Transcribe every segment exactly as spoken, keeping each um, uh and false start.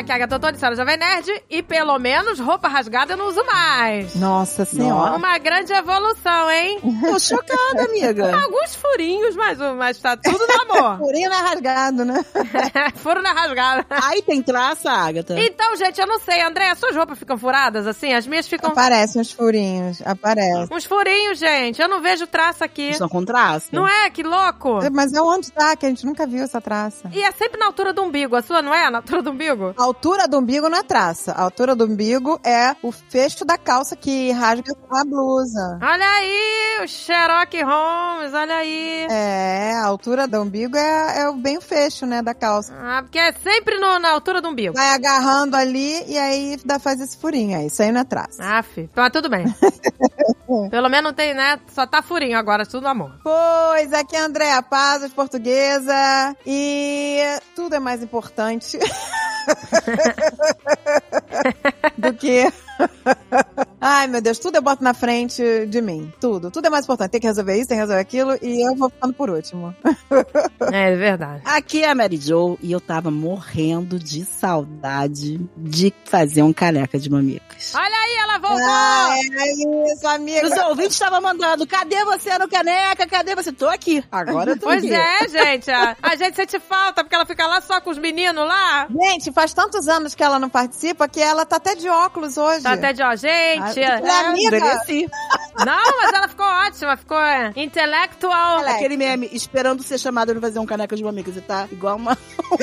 aqui é a Gata Tony, Jovem Nerd, e pelo menos roupa rasgada eu não uso mais. Nossa senhora. Uma grande evolução, hein? Tô chocada, amiga. Alguns furinhos, mas, mas tá tudo no amor. Furinho não é rasgado, né? Furo na rasgada. Aí tem traça, Agatha? Então, gente, eu não sei, André, as suas roupas ficam furadas assim? As minhas ficam... Aparecem uns furinhos, aparecem. Uns furinhos, gente, eu não vejo traça aqui. São com traça? Não é? Que louco. Mas é onde tá, que a gente nunca viu essa traça. E é sempre na altura do umbigo, a sua não é? Na altura do umbigo? A altura do umbigo não é traça. A altura do umbigo é o fecho da calça que rasga a blusa. Olha aí, o Sherlock Holmes, olha aí. É, a altura do umbigo é, é bem o fecho, né, da calça. Ah, porque é sempre no, na altura do umbigo. Vai agarrando ali e aí dá, faz esse furinho aí. Isso aí não é traça. Ah, fi. Mas tudo bem. Pelo menos não tem, né? Só tá furinho agora, tudo no amor. Pois, aqui é a Andréa Pazos, portuguesa. E tudo é mais importante do que... Ai, meu Deus, tudo eu boto na frente de mim. Tudo. Tudo é mais importante. Tem que resolver isso, tem que resolver aquilo, e eu vou ficando por último. É, é verdade. Aqui é a Mary Jo, e eu tava morrendo de saudade de fazer um caneca de mamicas. Olha aí, ela voltou! Ai, é isso, amiga. Os ouvintes estavam mandando, cadê você no caneca? Cadê você? Tô aqui. Agora eu tô Pois aqui. é, gente. A, a gente sente falta, porque ela fica lá só com os meninos lá. Gente, faz tantos anos que ela não participa que ela tá até de óculos hoje. Tá até de ó, gente. Ah, É, amiga. envelheci. Não, mas ela ficou ótima, ficou é, intelectual. Ela é. Aquele meme, esperando ser chamada pra fazer um caneca de mamicas. Você tá igual uma...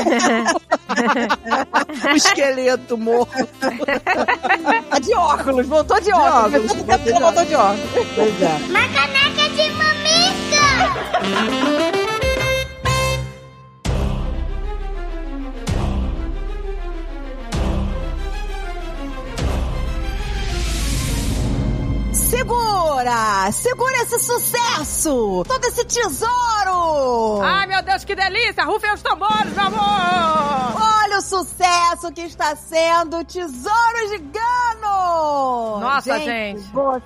um esqueleto morto. Tá de óculos, voltou de, De óculos. óculos, Tanto voltou tempo de que ela voltou de óculos. Pois é. Uma caneca de mamica! Segura! Segura esse sucesso! Todo esse tesouro! Ai, meu Deus, que delícia! Rufem os tambores, meu amor! Olha o sucesso que está sendo Tesouro de Gano! Nossa, gente.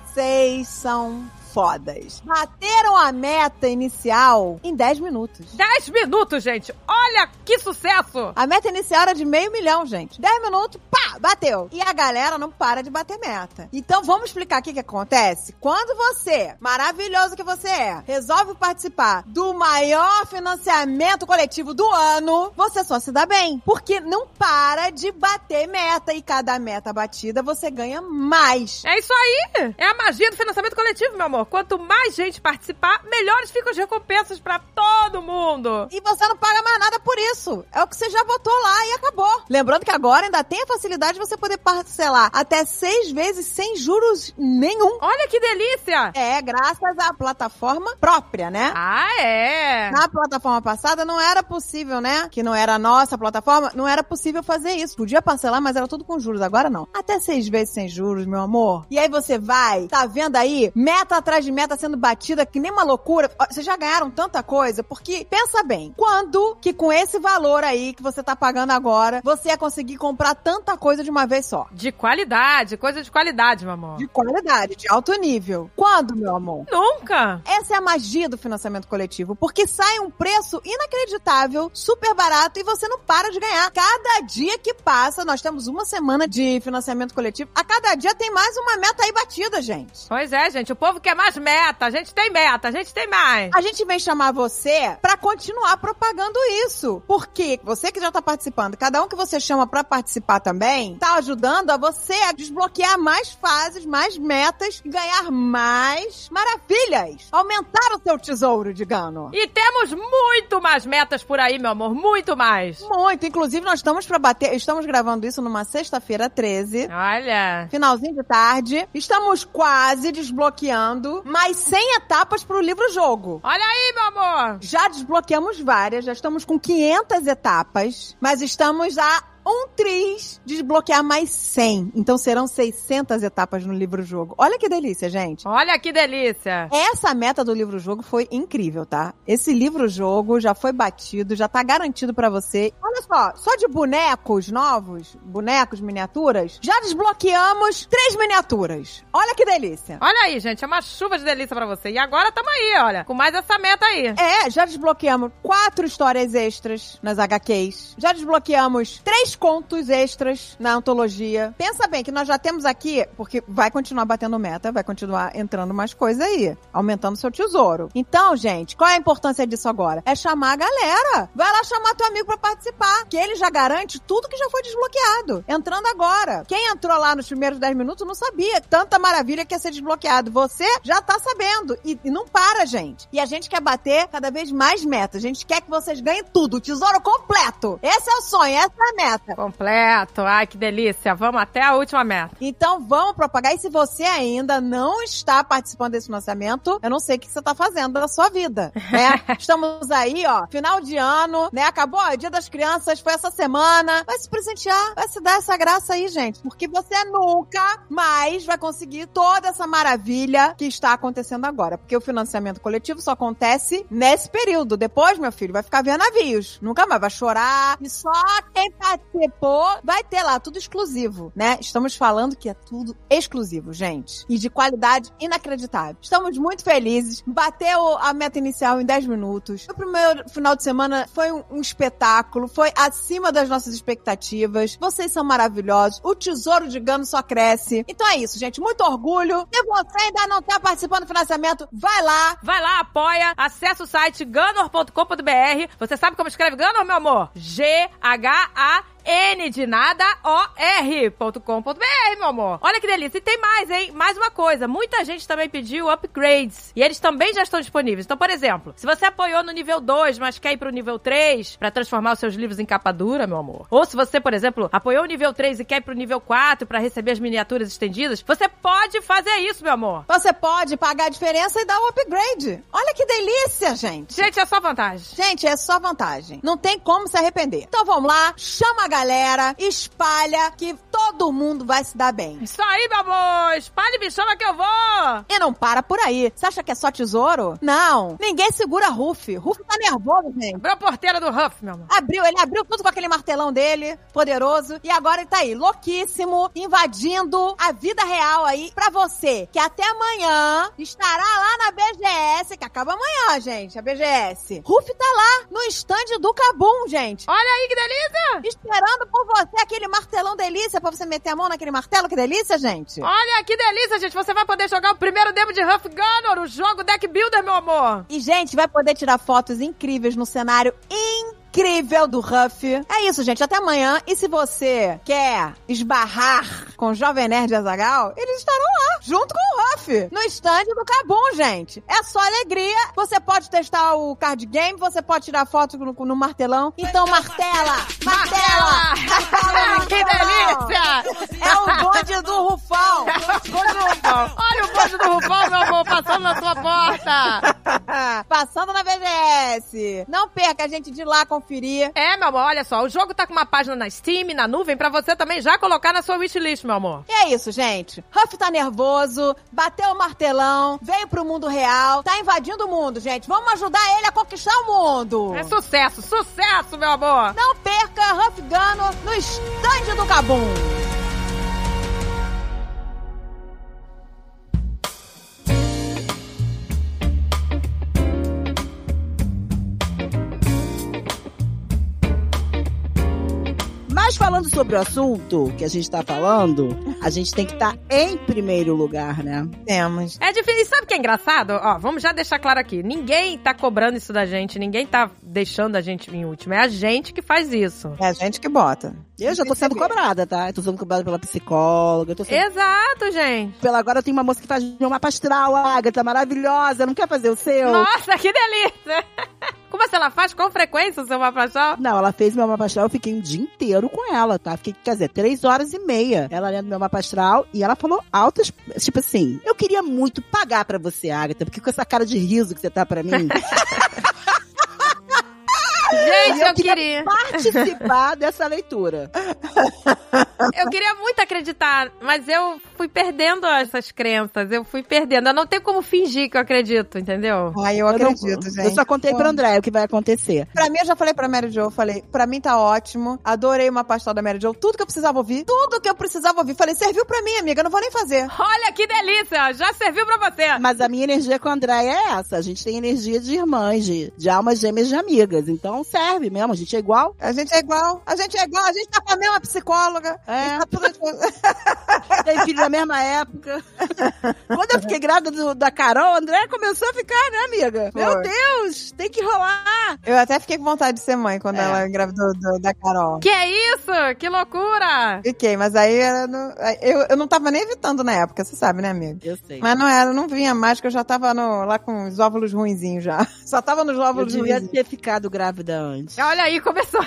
Vocês são fodas. Bateram a meta inicial em dez minutos. dez minutos, gente! Olha que sucesso! A meta inicial era de meio milhão, gente. dez minutos, pá, bateu. E a galera não para de bater meta. Então vamos explicar o que que acontece? Quando você, maravilhoso que você é, resolve participar do maior financiamento coletivo do ano, você só se dá bem. Porque não para de bater meta. E cada meta batida, você ganha mais. É isso aí! É a magia do financiamento coletivo, meu amor. Quanto mais gente participar, melhores ficam as recompensas pra todo mundo. E você não paga mais nada por isso. É o que você já botou lá e acabou. Lembrando que agora ainda tem a facilidade de você poder parcelar até seis vezes sem juros nenhum. Olha que delícia! É, graças à plataforma própria, né? Ah, é? Na plataforma passada não era possível, né? Que não era a nossa plataforma, não era possível fazer isso. Podia parcelar, mas era tudo com juros. Agora não. Até seis vezes sem juros, meu amor. E aí você vai, tá vendo aí? Meta atrás de meta sendo batida que nem uma loucura. Ó, vocês já ganharam tanta coisa, porque, pensa bem, quando que com esse valor aí que você tá pagando agora, você ia conseguir comprar tanta coisa de uma vez só? De qualidade, coisa de qualidade, meu amor. De qualidade, de alto nível. Quando, meu amor? Nunca! Essa é a magia do financiamento coletivo, porque sai um preço inacreditável, super barato, e você não para de ganhar. Cada dia que passa, nós temos uma semana de financiamento coletivo, a cada dia tem mais uma meta aí batida, gente. Pois é, gente, o povo quer mais meta, a gente tem meta, a gente tem mais. A gente vem chamar você pra continuar propagando isso, porque você que já tá participando, cada um que você chama pra participar também, tá ajudando a você a desbloquear mais fases, mais metas, e ganhar mais maravilhas, aumentar o seu tesouro de Gano. E temos muito mais metas por aí, meu amor, muito mais. Muito, inclusive nós estamos pra bater, estamos gravando isso numa sexta-feira treze, Olha. finalzinho de tarde, estamos quase desbloqueando mais cem etapas pro livro-jogo. Olha aí, meu amor. Já desbloqueamos várias, já estamos com quinhentas etapas, mas estamos a um triz desbloquear mais cem. Então serão seiscentas etapas no livro-jogo. Olha que delícia, gente. Olha que delícia. Essa meta do livro-jogo foi incrível, tá? Esse livro-jogo já foi batido, já tá garantido pra você. Olha só, só de bonecos novos, bonecos, miniaturas, já desbloqueamos três miniaturas. Olha que delícia. Olha aí, gente, é uma chuva de delícia pra você. E agora tamo aí, olha, com mais essa meta aí. É, já desbloqueamos quatro histórias extras nas agá quês. Já desbloqueamos três descontos extras na antologia. Pensa bem que nós já temos aqui, porque vai continuar batendo meta, vai continuar entrando mais coisa aí, aumentando seu tesouro. Então, gente, qual é a importância disso agora? É chamar a galera. Vai lá chamar teu amigo pra participar, que ele já garante tudo que já foi desbloqueado. Entrando agora. Quem entrou lá nos primeiros dez minutos não sabia tanta maravilha que ia ser desbloqueado. Você já tá sabendo. E, e não para, gente. E a gente quer bater cada vez mais metas. A gente quer que vocês ganhem tudo. O tesouro completo. Esse é o sonho, essa é a meta. Completo. Ai, que delícia. Vamos até a última meta. Então, vamos propagar. E se você ainda não está participando desse financiamento, eu não sei o que você tá fazendo da sua vida, né? Estamos aí, ó, final de ano, né? Acabou, ó, Dia das Crianças, foi essa semana. Vai se presentear, vai se dar essa graça aí, gente. Porque você nunca mais vai conseguir toda essa maravilha que está acontecendo agora. Porque o financiamento coletivo só acontece nesse período. Depois, meu filho, vai ficar vendo navios. Nunca mais vai chorar. E só quem participou vai ter lá, tudo exclusivo, né? Estamos falando que é tudo exclusivo, gente. E de qualidade inacreditável. Estamos muito felizes. Bateu a meta inicial em dez minutos. O primeiro final de semana foi um, um espetáculo. Foi acima das nossas expectativas. Vocês são maravilhosos. O tesouro de Gano só cresce. Então é isso, gente. Muito orgulho. Se você ainda não tá participando do financiamento, vai lá. Vai lá, apoia. Acessa o site ganor ponto com ponto b r. Você sabe como escreve Ganor, meu amor? G H A N de nada, O R ponto com ponto b r, meu amor. Olha que delícia. E tem mais, hein? Mais uma coisa. Muita gente também pediu upgrades. E eles também já estão disponíveis. Então, por exemplo, se você apoiou no nível dois, mas quer ir pro nível três pra transformar os seus livros em capa dura, meu amor. Ou se você, por exemplo, apoiou o nível três e quer ir pro nível quatro pra receber as miniaturas estendidas, você pode fazer isso, meu amor. Você pode pagar a diferença e dar o upgrade. Olha que delícia, gente. Gente, é só vantagem. Gente, é só vantagem. Não tem como se arrepender. Então, vamos lá. Chama a galera, espalha, que todo mundo vai se dar bem. Isso aí, meu amor! Espalhe e me chama que eu vou! E não para por aí. Você acha que é só tesouro? Não. Ninguém segura Ruff. Ruff tá nervoso, gente. Abriu a porteira do Ruff, meu amor. Abriu, ele abriu tudo com aquele martelão dele, poderoso. E agora ele tá aí, louquíssimo, invadindo a vida real aí pra você, que até amanhã estará lá na B G S, que acaba amanhã, gente, a B G S. Ruff tá lá, no stand do Kabum, gente. Olha aí que delícia! Esperando por você aquele martelão delícia pra você meter a mão naquele martelo, que delícia, gente. Olha que delícia, gente. Você vai poder jogar o primeiro demo de Ruff Gunner, o jogo Deck Builder, meu amor. E, gente, vai poder tirar fotos incríveis no cenário incrível. Incrível do Ruff. É isso, gente. Até amanhã. E se você quer esbarrar com o Jovem Nerd e Azaghal, eles estarão lá, junto com o Ruff, no stand do Kabum, gente. É só alegria. Você pode testar o card game, você pode tirar foto no, no martelão. Então, martela! Martela! Martela! Que delícia! É o bonde do Rufão. Bonde do Rufão. Olha o bonde do Rufão, meu amor, passando na sua porta. Passando na B G S. Não perca a gente de lá conferir. É, meu amor, olha só, o jogo tá com uma página na Steam, na nuvem, pra você também já colocar na sua wishlist, meu amor. E é isso, gente. Ruff tá nervoso, bateu o martelão, veio pro mundo real, tá invadindo o mundo, gente. Vamos ajudar ele a conquistar o mundo. É sucesso, sucesso, meu amor. Não perca Ruff Gunner no stand do Kabum. Mas falando sobre o assunto que a gente tá falando, a gente tem que estar tá em primeiro lugar, né? Temos. É difícil. E sabe o que é engraçado? Ó, vamos já deixar claro aqui. Ninguém tá cobrando isso da gente, ninguém tá deixando a gente em último. É a gente que faz isso. É a gente que bota. Eu já tô sendo cobrada, tá? Eu tô sendo cobrada pela psicóloga. Eu tô sendo... Exato, gente. Pela agora tem uma moça que faz meu mapa astral, a Agatha, maravilhosa. Não quer fazer o seu? Nossa, que delícia! Como assim ela faz? Com frequência o seu mapa astral? Não, ela fez meu mapa astral, eu fiquei um dia inteiro com ela, tá? Fiquei, quer dizer, três horas e meia. Ela lendo meu mapa astral e ela falou altas, tipo assim, eu queria muito pagar pra você, Agatha, porque com essa cara de riso que você tá pra mim... Gente, eu, eu queria, queria participar dessa leitura. Eu queria muito acreditar, mas eu fui perdendo essas crenças, eu fui perdendo. Eu não tenho como fingir que eu acredito, entendeu? Ai, eu, eu acredito, não, gente. Eu só contei Pô. pra André o que vai acontecer. Pra mim, eu já falei pra Mary Jo, eu falei, pra mim tá ótimo, adorei uma pastel da Mary Jo, tudo que eu precisava ouvir, tudo que eu precisava ouvir. Falei, serviu pra mim, amiga, eu não vou nem fazer. Olha que delícia, já serviu pra você. Mas a minha energia com a André é essa, a gente tem energia de irmãs, de, de almas gêmeas de amigas, então se serve mesmo, a gente é igual. A gente é igual, a gente é igual, a gente tá com a mesma psicóloga. É. Tá tudo... Tem filho na mesma época. Quando eu fiquei grávida do, da Carol, a André começou a ficar, né, amiga? Foi. Meu Deus, tem que rolar. Eu até fiquei com vontade de ser mãe quando É. ela engravidou do- da Carol. Que é isso? Que loucura! Fiquei, mas aí eu não, eu, eu não tava nem evitando na época, você sabe, né, amiga? Eu sei. Mas não era, não vinha mais, que eu já tava no- lá com os óvulos ruinzinhos já. Só tava nos Eu óvulos devia ruinzinhos. ter ficado grávida antes. Olha aí, começou.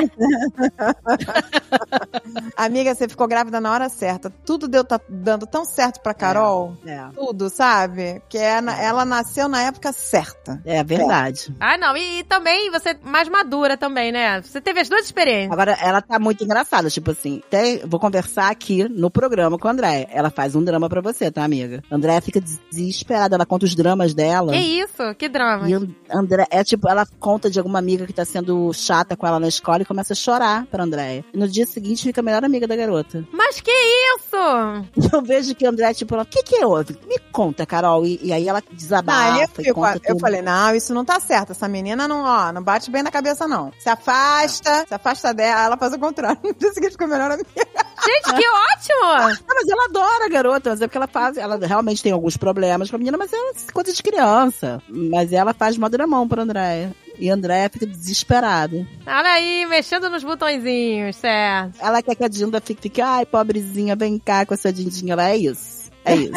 Amiga, você ficou grávida na hora certa. Tudo deu tá dando tão certo pra Carol. É, Tudo, sabe? Que é na- ela nasceu na época certa. é verdade. Ah, não. E, e também você mais madura também, né? Você teve as duas experiências. Agora, ela tá muito engraçada, tipo assim, até vou conversar aqui no programa com a Andréia. Ela faz um drama pra você, tá, amiga? A Andréia fica desesperada, ela conta os dramas dela. Que isso? Que drama. E a André, é tipo, ela conta de alguma amiga que tá sendo chata com ela na escola e começa a chorar pra Andréia. E no dia seguinte fica a melhor amiga da garota. Mas que isso? E eu vejo que a Andréia, tipo, ela, o que que houve? Me conta, Carol. E, e aí ela desabafa Não, eu, e fico- conta eu tudo. falei, não, isso não tá certo. Essa menina não, ó, não bate bem na cabeça, não. Se afasta, se afasta dela, ela faz o contrário. No dia seguinte ficou a melhor amiga. Gente, que ótimo! Ah, mas ela adora a garota, mas é porque ela faz, ela realmente tem alguns problemas com a menina, mas é coisa de criança. Mas ela faz mó dramão pra Andréia. E a Andréia fica desesperada. Olha aí, mexendo nos botõezinhos, certo. Ela quer que a Dinda fique, fique, ai, pobrezinha, vem cá com essa Dindinha. Ela é isso. É isso.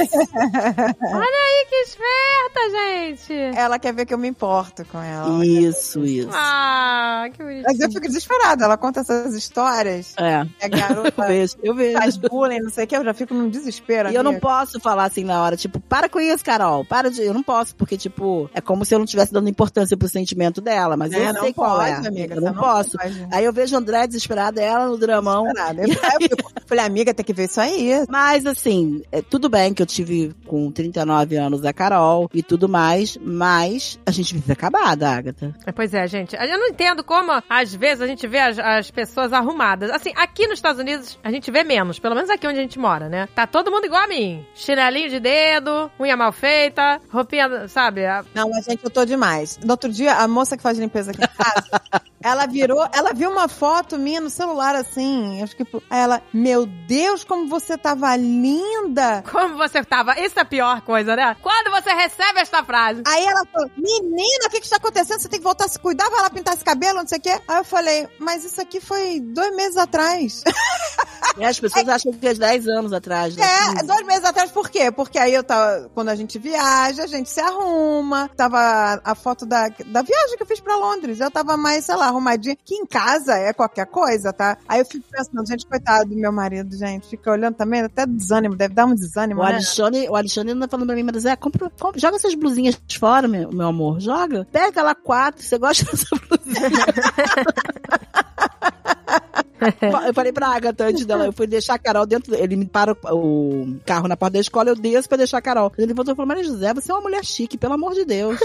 Ih, que esperta, gente. Ela quer ver que eu me importo com ela. Isso, isso. Ah, que bonitinho. Mas eu fico desesperada. Ela conta essas histórias. É. A garota Eu vejo, eu vejo. faz bullying, não sei o que. Eu já fico num desespero. E eu não amiga. posso falar assim na hora, tipo, para com isso, Carol. Para de. Eu não posso, porque, tipo, é como se eu não estivesse dando importância pro sentimento dela. Mas É, eu não sei qual pode, é. amiga. Eu você não posso. pode. Aí eu vejo a André desesperada, ela no dramão. Desesperada. Eu, aí eu fico, falei, amiga, tem que ver isso aí. Mas, assim, é, tudo bem que eu tive com trinta e nove anos a Carol e tudo mais, mas a gente vive acabada, Agatha. Pois é, gente. Eu não entendo como, às vezes, a gente vê as, as pessoas arrumadas. Assim, aqui nos Estados Unidos, a gente vê menos. Pelo menos aqui onde a gente mora, né? Tá todo mundo igual a mim. Chinelinho de dedo, unha mal feita, roupinha, sabe? A- Não, mas gente, eu tô demais. No outro dia, a moça que faz limpeza aqui em casa, ela virou, ela viu uma foto minha no celular, assim, acho que, aí ela, meu Deus, como você tava linda. Como você tava? Isso é a pior coisa, né? Quando você recebe esta frase. Aí ela falou, menina, o que que está acontecendo? Você tem que voltar a se cuidar, vai lá pintar esse cabelo, não sei o quê. Aí eu falei, mas isso aqui foi dois meses atrás. E as pessoas acham que é dez anos atrás, né? É, dois meses atrás, por quê? Porque aí eu tava, quando a gente viaja, a gente se arruma. Tava a foto da, da viagem que eu fiz pra Londres. Eu tava mais, sei lá, arrumadinha. Que em casa é qualquer coisa, tá? Aí eu fico pensando, gente, coitado do meu marido, gente. Fica olhando também, até desânimo, deve dar um desânimo, O né? Alexandre, o Alexandre anda falando pra mim, mas é, compra, compra, joga essas blusinhas fora, meu, meu amor. Joga. Pega lá quatro, você gosta dessa blusinha? Eu falei pra Agatha antes dela, eu fui deixar a Carol dentro, ele me para o, o carro na porta da escola, eu desço pra deixar a Carol. Ele voltou e falou, Maria José, você é uma mulher chique, pelo amor de Deus.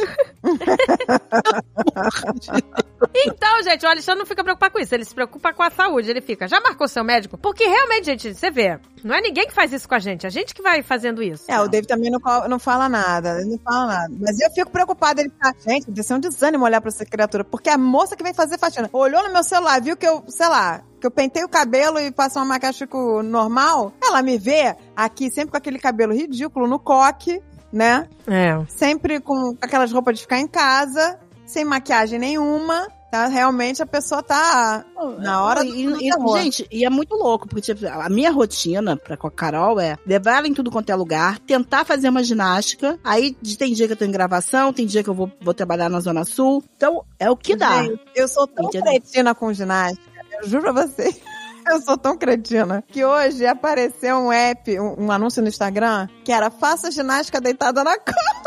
Então, gente, o Alexandre não fica preocupado com isso. Ele se preocupa com a saúde. Ele fica, já marcou seu médico? Porque realmente, gente, você vê, não é ninguém que faz isso com a gente. A gente que vai fazendo isso. É, o David também não, co- não fala nada, ele não fala nada. Mas eu fico preocupada, ele fica, gente, deve ser um desânimo olhar pra essa criatura, porque a moça que vem fazer faxina olhou no meu celular, viu que eu, sei lá, que eu pentei o cabelo e faço uma maquiagem fico normal, ela me vê aqui sempre com aquele cabelo ridículo no coque, né? É. Sempre com aquelas roupas de ficar em casa, sem maquiagem nenhuma, tá? Realmente a pessoa tá na hora do, e, do e, terror. Gente, e é muito louco, porque tipo, a minha rotina pra, com a Carol é levar ela em tudo quanto é lugar, tentar fazer uma ginástica, aí de- tem dia que eu tô em gravação, tem dia que eu vou, vou trabalhar na Zona Sul, então é o que dá. Gente, eu sou tão Entendeu? cretina com ginástica, eu juro pra vocês. Eu sou tão cretina que hoje apareceu um app, um, um anúncio no Instagram, que era faça ginástica deitada na cama.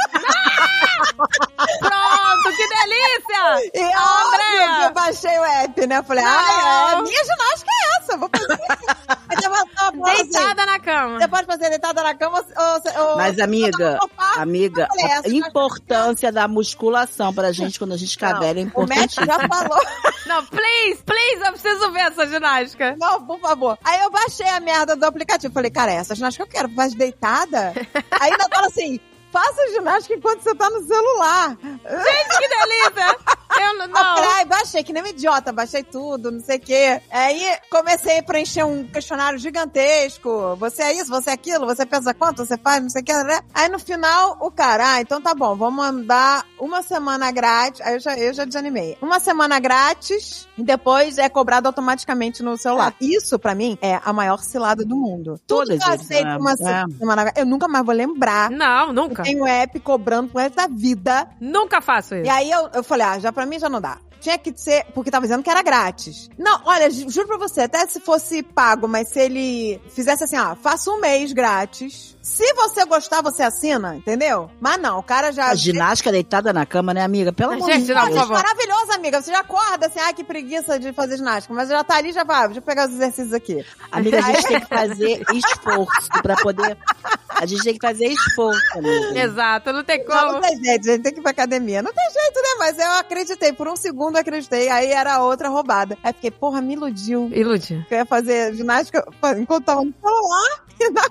Pronto, que delícia! E Andréa! óbvio que eu baixei o app, né? Eu falei, Não. ah, é, minha ginástica é essa, vou fazer. Aí tava uma bola assim, Deitada na cama. você pode fazer deitada na cama ou... ou Mas, amiga, no sofá. amiga, Eu falei, a essa importância da musculação pra gente quando a gente ficar Não, velha é o médico importantíssimo. já falou. Não, please, please, eu preciso ver essa ginástica. Não, por favor. Aí eu baixei a merda do aplicativo. Falei, cara, essa ginástica eu quero. Faz deitada? Aí ainda fala assim, faça ginástica enquanto você tá no celular. Gente, que delícia! Eu não... Eu falei, ai, baixei, que nem uma idiota, baixei tudo, não sei o quê. Aí comecei a preencher um questionário gigantesco. Você é isso, você é aquilo, você pensa quanto, você faz, não sei o quê, né? Aí no final, o cara, ah, então tá bom, vamos mandar uma semana grátis. Aí eu já, eu já desanimei. Uma semana grátis e depois é cobrado automaticamente no celular. É. Isso, pra mim, é a maior cilada do mundo. Todas Tudo que eu aceito é. uma É. semana grátis, eu nunca mais vou lembrar. Não, nunca. Eu tenho app cobrando pro resto da vida. Nunca faço isso. E aí eu, eu falei, ah, já pra mim já não dá. Tinha que ser, porque tava dizendo que era grátis. Não, olha, ju- juro pra você, até se fosse pago, mas se ele fizesse assim, ó, faça um mês grátis. Se você gostar, você assina, entendeu? Mas não, o cara já... A ginástica deitada na cama, né, amiga? Pelo amor de Gente, Deus. não, por favor. Maravilhoso, amiga. Você já acorda assim, ai, que preguiça de fazer ginástica. Mas já tá ali, já vai, deixa eu pegar os exercícios aqui. Amiga, a gente tem que fazer esforço pra poder... A gente tem que fazer esforço, amiga. Exato, não tem Não, como. não tem jeito, a gente tem que ir pra academia. Não tem jeito, né? Mas eu acreditei, por um segundo eu acreditei. Aí era outra roubada. Aí fiquei, porra, me iludiu. Ilude. Eu ia fazer ginástica enquanto tava no celular e na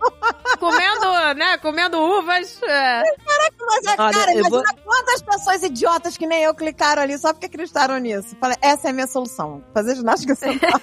Comendo, né? Comendo uvas. É. Mas, é, Olha, cara, eu imagina vou- quantas pessoas idiotas que nem eu clicaram ali só porque acreditaram nisso. Falei, essa é a minha solução. Fazer ginástica sentada.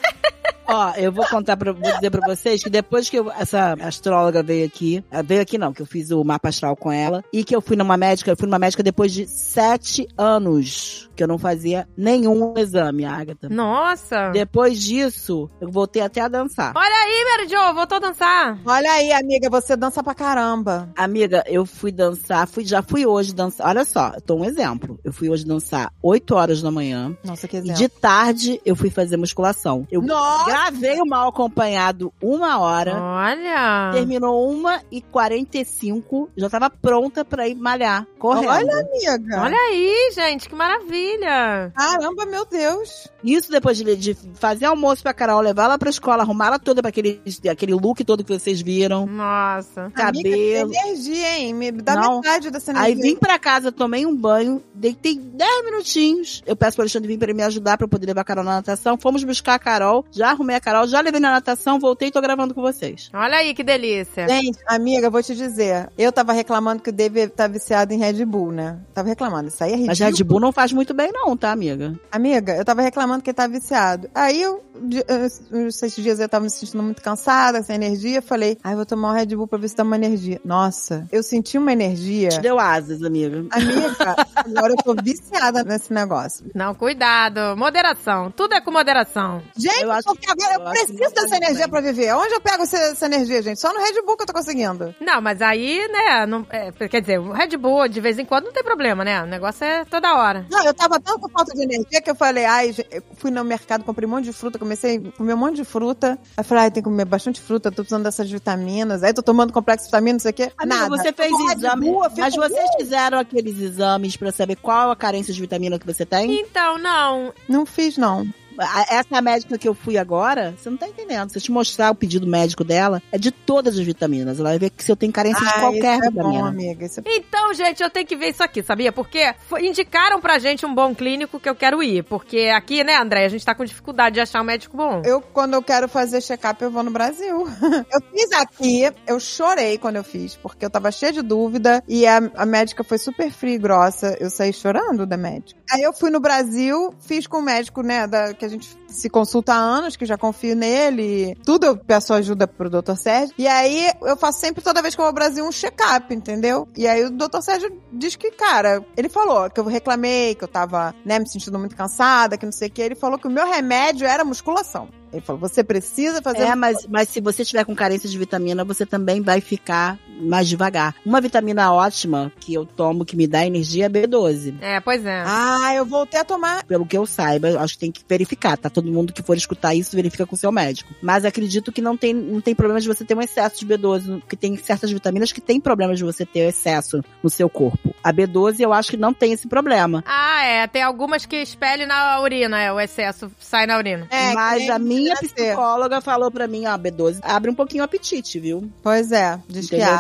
Ó, eu vou contar pra, vou dizer pra vocês que depois que eu- essa astróloga veio aqui, ela veio aqui não, que eu fiz o mapa astral com ela, e que eu fui numa médica, eu fui numa médica depois de sete anos que eu não fazia nenhum exame, Agatha. Nossa. Depois disso, eu voltei até a dançar. Olha aí, Mary Jo, voltou a dançar. Olha aí, amiga, você dança pra caramba. Amiga, eu fui dançar, fui, já fui hoje dançar, olha só, eu tô um exemplo. Eu fui hoje dançar oito horas da manhã, Nossa, que e exemplo. de tarde eu fui fazer musculação. Eu Nossa! gravei o Mal Acompanhado uma hora, Olha. terminou uma e quarenta e cinco, já tava pronta pra ir malhar, correndo. Olha, amiga. Olha aí, gente, que maravilha. Caramba, meu Deus. Isso depois de, de fazer almoço pra Carol, levar ela pra escola, arrumar ela toda pra aquele, aquele look todo que vocês viram, Nossa. Amiga, que cabelo. energia, hein? Me dá Não. metade dessa energia. Aí vim pra casa, tomei um banho, deitei dez minutinhos. Eu peço pro Alexandre vir pra ele me ajudar pra eu poder levar a Carol na natação. Fomos buscar a Carol, já arrumei a Carol, já levei na natação, voltei e tô gravando com vocês. Olha aí, que delícia. Gente, amiga, eu vou te dizer. Eu tava reclamando que o Dave tá viciado em Red Bull, né? Tava reclamando. Isso aí é ridículo. Mas Red Bull não faz muito bem não, tá, amiga? Amiga, eu tava reclamando que ele tá viciado. Aí eu, de- eu- esses dias eu tava me sentindo muito cansada, sem energia. Falei, ai, vou tomar um Red Bull pra ver se dá uma energia. Nossa, eu senti uma energia. Te deu asas, amiga. Amiga, agora eu tô viciada nesse negócio. Não, cuidado. Moderação. Tudo é com moderação. Gente, Eu acho- porque agora eu, eu acho que preciso não tá dessa energia bem. pra viver. Onde eu pego essa, essa energia, gente? Só no Red Bull que eu tô conseguindo. Não, mas aí, né, não, é, quer dizer, o Red Bull, de vez em quando, não tem problema, né? O negócio é toda hora. Não, eu tava tão com falta de energia que eu falei, ai, gente, eu fui no mercado, comprei um monte de fruta, comecei a comer um monte de fruta. Aí falei, ai, tem que comer bastante fruta, tô precisando dessas vitaminas. Aí tô tomando complexo de vitamina, não sei o quê. Amiga, Nada. você fez Eu tomo Red exame, Bull, eu fico, mas vocês "Uh!" fizeram aqueles exames pra saber qual a carência de vitamina que você tem? Então, não. Não fiz, não. A- Essa médica que eu fui agora, você não tá entendendo. Se eu te mostrar o pedido médico dela, é de todas as vitaminas. Ela vai ver que se eu tenho carência de Ah, qualquer isso é bom, vitamina. amiga. Isso é... Então, gente, eu tenho que ver isso aqui, sabia? Porque foi- indicaram pra gente um bom clínico que eu quero ir. Porque aqui, né, André, a gente tá com dificuldade de achar um médico bom. Eu, quando eu quero fazer check-up, eu vou no Brasil. Eu fiz aqui, eu chorei quando eu fiz, porque eu tava cheia de dúvida e a, a médica foi super fria e grossa. Eu saí chorando da médica. Aí eu fui no Brasil, fiz com o médico, né, da, que a gente se consulta há anos, que já confio nele. Tudo eu peço ajuda pro doutor Sérgio. E aí eu faço sempre, toda vez que eu vou ao Brasil, um check-up, entendeu? E aí o doutor Sérgio diz que, cara, ele falou que eu reclamei, que eu tava, né, me sentindo muito cansada, que não sei o que. Ele falou que o meu remédio era musculação. Ele falou, você precisa fazer... É, mas, mas se você tiver com carência de vitamina, você também vai ficar mais devagar. Uma vitamina ótima que eu tomo, que me dá energia, é B doze. É, pois é. Ah, eu voltei a tomar. Pelo que eu saiba, eu acho que tem que verificar, tá? Todo mundo que for escutar isso, verifica com o seu médico. Mas acredito que não tem, não tem problema de você ter um excesso de B doze, porque tem certas vitaminas que tem problema de você ter excesso no seu corpo. A B doze, eu acho que não tem esse problema. Ah, é. Tem algumas que expelem na urina, é. O excesso sai na urina. É, Mas que a minha nascer. psicóloga falou pra mim, ó, B doze, abre um pouquinho o apetite, viu? Pois é, diz Entendeu? que Então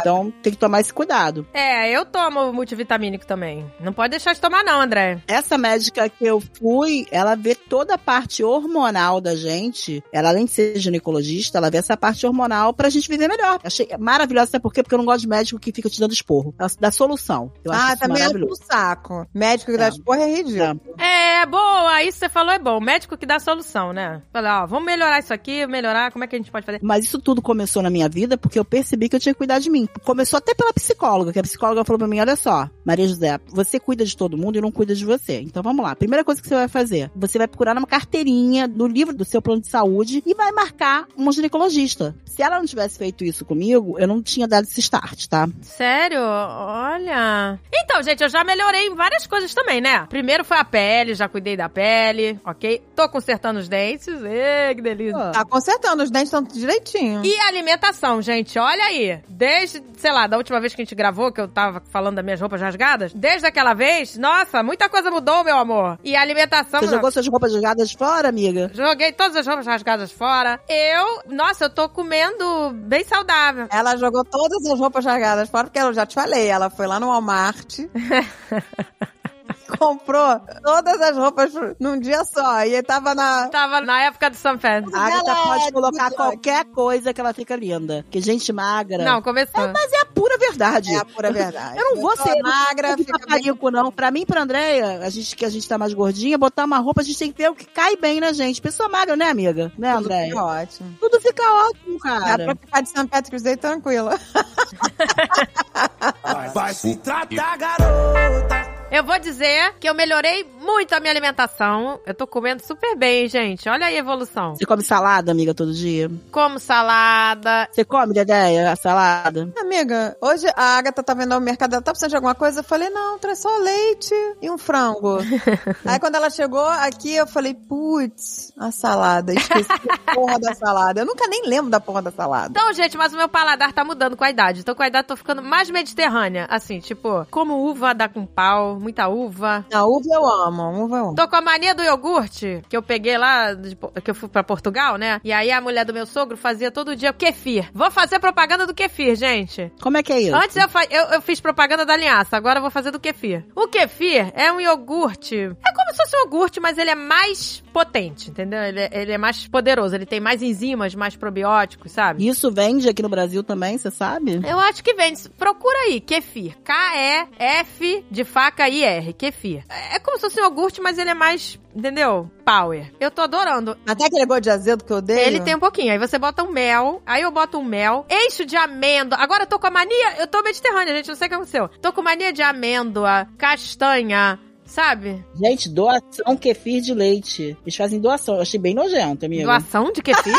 Então, tem que tomar esse cuidado. É, eu tomo multivitamínico também. Não pode deixar de tomar não, André. Essa médica que eu fui, ela vê toda a parte hormonal da gente. Ela, além de ser ginecologista, ela vê essa parte hormonal pra gente viver melhor. Achei maravilhosa, sabe por quê? Porque eu não gosto de médico que fica te dando esporro. Ela dá solução. Eu acho Ah, isso também é maravilhoso. pro saco. Médico que dá É. esporro é ridículo. É, boa, isso que você falou é bom. O médico que dá solução, né? Fala, ó, vamos melhorar isso aqui, melhorar, como é que a gente pode fazer? Mas isso tudo começou na minha vida porque eu percebi que eu tinha que cuidar de mim. Começou até pela psicóloga, que a psicóloga falou pra mim, olha só, Maria José, você cuida de todo mundo e não cuida de você. Então vamos lá. Primeira coisa que você vai fazer, você vai procurar numa carteirinha no livro do seu plano de saúde e vai marcar uma ginecologista. Se ela não tivesse feito isso comigo, eu não tinha dado esse start, tá? Sério? Olha. Então, gente, eu já melhorei em várias coisas também, né? Primeiro foi a pele, já cuidei da pele, ok? Tô consertando os dentes. Ê, que delícia. Tá consertando, os dentes estão direitinho. E a alimentação, gente, olha aí. Desde, sei lá, da última vez que a gente gravou, que eu tava falando das minhas roupas rasgadas, desde aquela vez, nossa, muita coisa mudou, meu amor. E a alimentação... Você jogou suas roupas jogadas fora, amiga? Joguei todas as roupas rasgadas fora. Eu, nossa, eu tô comendo bem saudável. Ela jogou todas as roupas largadas fora, porque eu já te falei, ela foi lá no Walmart... Comprou todas as roupas num dia só. E tava na... Tava na época do São Pedro. A Agatha Ela pode é colocar de qualquer coisa que ela fica linda. Que gente magra... Não, começou. É, mas é a pura verdade. É a pura verdade. Eu não vou Pessoa ser magra, fica bem... paparico, não. Pra mim e pra Andréia, a gente, que a gente tá mais gordinha, botar uma roupa, a gente tem que ver o que cai bem na gente. Pessoa magra, né, amiga? Né, Tudo Andréia? fica ótimo. Tudo fica ótimo, Dá cara. pra ficar de Saint Patrick's Day tranquila. Vai, vai se tratar, garota. Eu vou dizer que eu melhorei muito a minha alimentação. Eu tô comendo super bem, gente. Olha aí a evolução. Você come salada, amiga, todo dia? Como salada. Você come, Dedéia, a salada? Amiga, hoje a Agatha tá vendo ao mercado, ela tá precisando de alguma coisa? Eu falei, não, traz só leite e um frango. Aí quando ela chegou aqui, eu falei, putz, a salada. Esqueci a porra da salada. Eu nunca nem lembro da porra da salada. Então, gente, mas o meu paladar tá mudando com a idade. Então, com a idade, tô ficando mais mediterrânea. Assim, tipo, como uva dá com pau, muita uva. A uva eu amo, uva eu amo. Tô com a mania do iogurte, que eu peguei lá, de, que eu fui pra Portugal, né? E aí a mulher do meu sogro fazia todo dia o kefir. Vou fazer propaganda do kefir, gente. Como é que é isso? Antes eu, fa- eu, eu fiz propaganda da linhaça, agora eu vou fazer do kefir. O kefir é um iogurte... É como se fosse um iogurte, mas ele é mais potente, entendeu? Ele, é- ele é mais poderoso, ele tem mais enzimas, mais probióticos, sabe? Isso vende aqui no Brasil também, você sabe? Eu acho que vende. Procura aí, kefir. K E F de faca I R, kefir. É como se fosse um iogurte, mas ele é mais, entendeu? Power. Eu tô adorando. Até aquele gosto de azedo que eu odeio. Ele tem um pouquinho. Aí você bota um mel. Aí eu boto um mel. Eixo de amêndoa. Agora eu tô com a mania... Eu tô mediterrânea, gente. Não sei o que aconteceu. Tô com mania de amêndoa, castanha... Sabe? Gente, doação kefir de leite. Eles fazem doação. Eu achei bem nojento, amiga. Doação de kefir?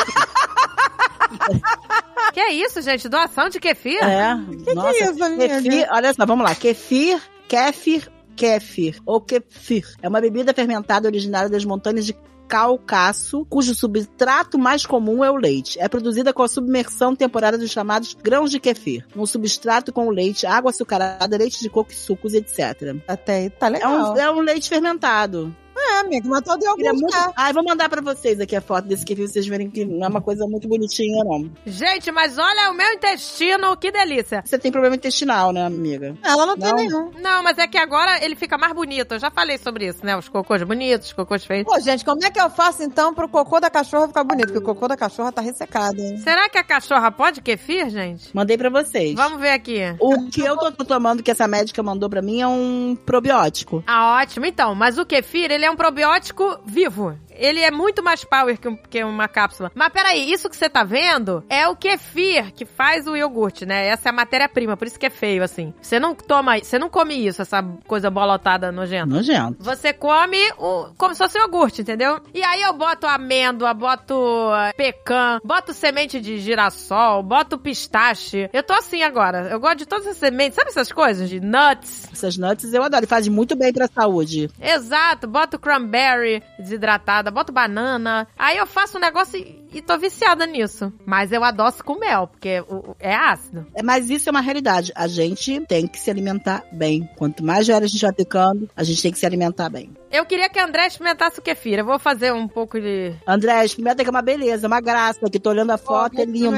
Que é isso, gente? Doação de kefir? É. Que Nossa, que é isso, amiga? kefir, olha só, vamos lá. Kefir, kefir, kefir. Ou kefir. É uma bebida fermentada originária das montanhas de Cáucaso, cujo substrato mais comum é o leite. É produzida com a submersão temporária dos chamados grãos de kefir. Um substrato com leite, água açucarada, leite de coco e sucos, etcétera. Até aí tá É legal. um, é um leite fermentado. É, amigo, mas todo Queria iogurte. muito... Muito... Ai, vou mandar pra vocês aqui a foto desse kefir, pra vocês verem que não é uma coisa muito bonitinha, não. Gente, mas olha o meu intestino, que delícia. Você tem problema intestinal, né, amiga? Ela não, tem Não. nenhum. Não, mas é que agora ele fica mais bonito. Eu já falei sobre isso, né? Os cocôs bonitos, os cocôs feios. Pô, gente, como é que eu faço então pro cocô da cachorra ficar bonito? Porque o cocô da cachorra tá ressecado, hein? Será que a cachorra pode kefir, gente? Mandei pra vocês. Vamos ver aqui. O que eu tô tomando, que essa médica mandou pra mim, é um probiótico. Ah, ótimo. Então, mas o kefir, ele é um probiótico vivo. Ele é muito mais power que, um, que uma cápsula. Mas peraí, isso que você tá vendo é o kefir que faz o iogurte, né? Essa é a matéria-prima, por isso que é feio, assim. Você não toma, você não come isso, essa coisa bolotada nojenta. Nojento. Você come o, como se fosse iogurte, entendeu? E aí eu boto amêndoa, boto uh, pecan, boto semente de girassol, boto pistache. Eu tô assim agora. Eu gosto de todas essas sementes. Sabe essas coisas? De nuts. Essas nuts eu adoro. E faz muito bem pra saúde. Exato. Boto cranberry desidratada, boto banana. Aí eu faço um negócio e tô viciada nisso. Mas eu adoço com mel, porque o, é ácido. É, mas isso é uma realidade. A gente tem que se alimentar bem. Quanto mais velho a gente vai ficando, a gente tem que se alimentar bem. Eu queria que a André experimentasse o kefir. Eu vou fazer um pouco de... André, experimenta que é uma beleza, uma graça. Que tô olhando a foto, oh, é lindo.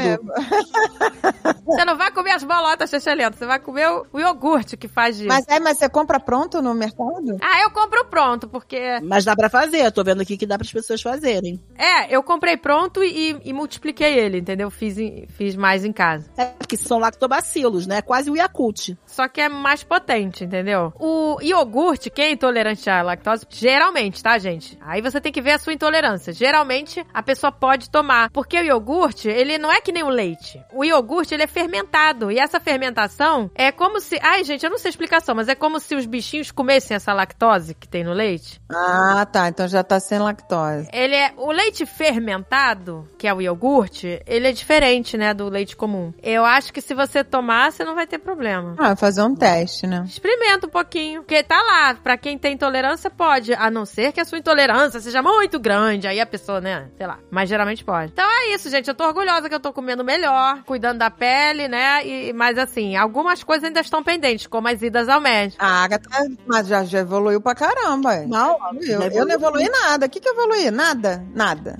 Você não vai comer as bolotas, Xexelento. Você vai comer o, o iogurte que faz disso. Mas, é, mas você compra pronto no mercado? Ah, eu compro pronto, porque... Mas dá pra fazer. Tô vendo aqui que dá pras pessoas fazerem. É, eu comprei pronto e, e multipliquei ele, entendeu? Fiz, fiz mais em casa. É, porque são lactobacilos, né? Quase o Yakult. Só que é mais potente, entendeu? O iogurte, quem é intolerante à lactose, geralmente, tá, gente? Aí você tem que ver a sua intolerância. Geralmente, a pessoa pode tomar. Porque o iogurte, ele não é que nem o leite. O iogurte, ele é fermentado. E essa fermentação é como se... Ai, gente, eu não sei a explicação, mas é como se os bichinhos comessem essa lactose que tem no leite. Ah, tá. Então já tá sem lactose. Ele é... O leite fermentado, que é o iogurte, ele é diferente, né, do leite comum. Eu acho que se você tomar, você não vai ter problema. Ah, fazer um teste, né? Experimenta um pouquinho. Porque tá lá, pra quem tem intolerância, pode. A não ser que a sua intolerância seja muito grande. Aí a pessoa, né, sei lá. Mas geralmente pode. Então é isso, gente. Eu tô orgulhosa que eu tô comendo melhor, cuidando da pele, né? E, mas assim, algumas coisas ainda estão pendentes, como as idas ao médico. A Agatha, mas já, já evoluiu pra caramba. Não, eu, eu não evoluí nada. O que que eu evoluí? Nada. Nada.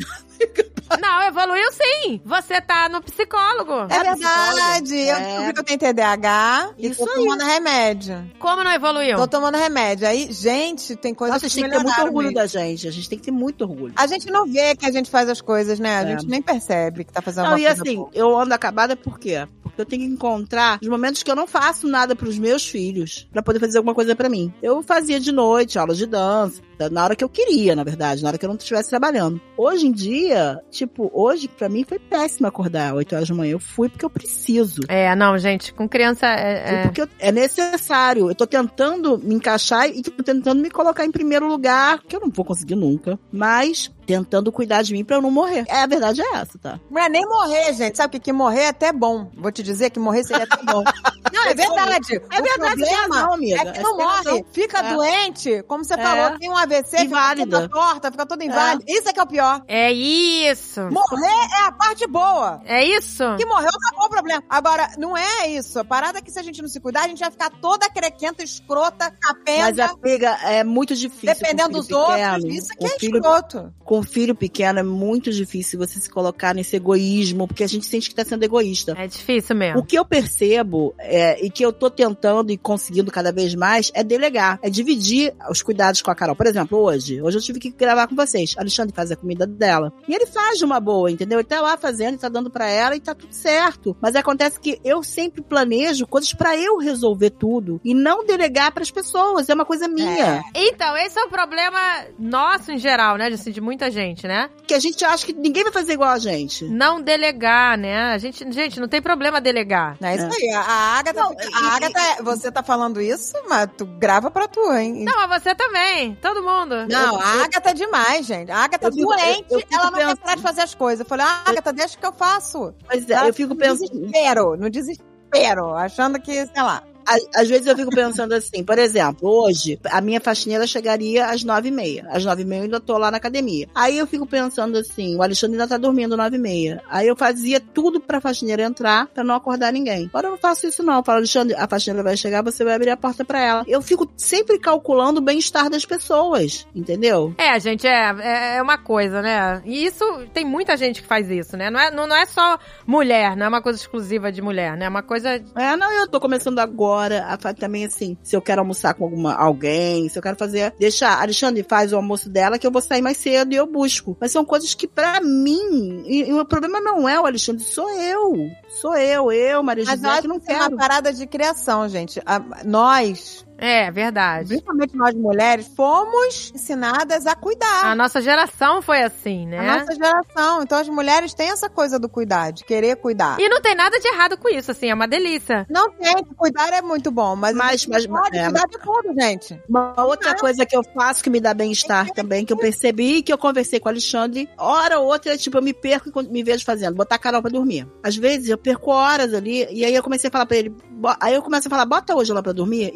Não, evoluiu sim. Você tá no psicólogo. É verdade. Eu É. descobri que eu tenho T D A H e Isso tô aí. tomando remédio. Como não evoluiu? Tô tomando remédio. Aí, gente, tem coisas Nossa, a que gente tem que ter muito melhoraram orgulho mesmo. da gente. A gente tem que ter muito orgulho. A gente não vê que a gente faz as coisas, né? A É. gente nem percebe que tá fazendo Não, uma e coisa assim, boa. eu ando acabada por quê? Porque eu tenho que encontrar os momentos que eu não faço nada pros meus filhos pra poder fazer alguma coisa pra mim. Eu fazia de noite, aula de dança, na hora que eu queria, na verdade, na hora que eu não estivesse trabalhando. Hoje em dia, tipo, hoje pra mim foi péssimo acordar oito horas da manhã. Eu fui porque eu preciso. É, não, gente, com criança é... Fui é... porque eu- é necessário. Eu tô tentando me encaixar e tô tentando me colocar em primeiro lugar, que eu não vou conseguir nunca. Mas tentando cuidar de mim pra eu não morrer. É, a verdade é essa, tá? Não é nem morrer, gente. Sabe o que? Que morrer é até bom. Vou te dizer que morrer seria até bom. Não, é verdade. É O verdade, tem problema razão, amiga. é que não Você tem morre. razão. Fica É. doente, como você É. falou, tem um A V C, fica Inválida. toda torta, fica toda inválida. Isso é que é o pior. É isso. Morrer é a parte boa. É isso. Que morreu, acabou o problema. Agora, não é isso. A parada é que se a gente não se cuidar, a gente vai ficar toda crequenta, escrota, Mas, capenga, amiga, é muito difícil. dependendo com dos filho outros. pequeno. Isso que Com é filho, escroto. com filho pequeno é muito difícil você se colocar nesse egoísmo, porque a gente sente que tá sendo egoísta. É difícil mesmo. O que eu percebo é, e que eu tô tentando e conseguindo cada vez mais é delegar, é dividir os cuidados com a Carol. Por exemplo, hoje, hoje eu tive que gravar com vocês. Alexandre faz a comida dela. E ele faz de uma boa, entendeu? Ele tá lá fazendo, ele tá dando pra ela e tá tudo certo. Mas acontece que eu sempre planejo coisas pra eu resolver tudo e não delegar pras pessoas. É uma coisa minha. Então, esse é o problema nosso em geral, né? Assim, de muita gente, né? Que a gente acha que ninguém vai fazer igual a gente. Não delegar, né? A gente, gente, não tem problema delegar. Não é isso É. aí. A, a Agatha, Não, a e- Agatha, é- você tá falando isso, mas tu grava pra tu, hein? Não, mas você também. Todo mundo. Não, eu- a Agatha é demais, gente. A Agatha Eu fico- doente, eu- eu fico ela não pensando- quer parar de fazer as coisas. Eu falei, ah, Agatha, deixa que eu faço. Pois é, eu fico No pensando. desespero, no desespero, achando que, sei lá. Às, às vezes eu fico pensando assim, por exemplo, hoje a minha faxineira chegaria às nove e meia. Às nove e meia eu ainda tô lá na academia. Aí eu fico pensando assim, o Alexandre ainda tá dormindo nove e meia. Aí eu fazia tudo pra faxineira entrar, pra não acordar ninguém. Agora eu não faço isso não. Eu falo, Alexandre, a faxineira vai chegar, você vai abrir a porta pra ela. Eu fico sempre calculando o bem-estar das pessoas, entendeu? É, gente, é, é uma coisa, né? E isso, tem muita gente que faz isso, né? Não é, não, não é só mulher, não é uma coisa exclusiva de mulher, né? É uma coisa... É, não, eu tô começando agora a fazer também assim, se eu quero almoçar com alguma, alguém, se eu quero fazer, deixar, Alexandre faz o almoço dela que eu vou sair mais cedo e eu busco. Mas são coisas que pra mim, e, e o problema não é o Alexandre, sou eu. Sou eu, eu, Maria Mas eu José, acho que não que é quero. uma parada de criação, gente. A- nós, É, verdade. principalmente nós mulheres, fomos ensinadas a cuidar. A nossa geração foi assim, né? A nossa geração. Então as mulheres têm essa coisa do cuidar, de querer cuidar. E não tem nada de errado com isso, assim, é uma delícia. Não tem, cuidar é muito bom, mas, Mas- a gente mas- não pode é, cuidar de tudo, gente. Uma outra coisa que eu faço que me dá bem-estar também, que eu percebi, que eu conversei com o Alexandre, hora ou outra, tipo, eu me perco quando me vejo fazendo, botar a Carol pra dormir. Às vezes eu perco horas ali, e aí eu comecei a falar pra ele, bo- aí eu começo a falar, bota hoje ela pra dormir, e ele vem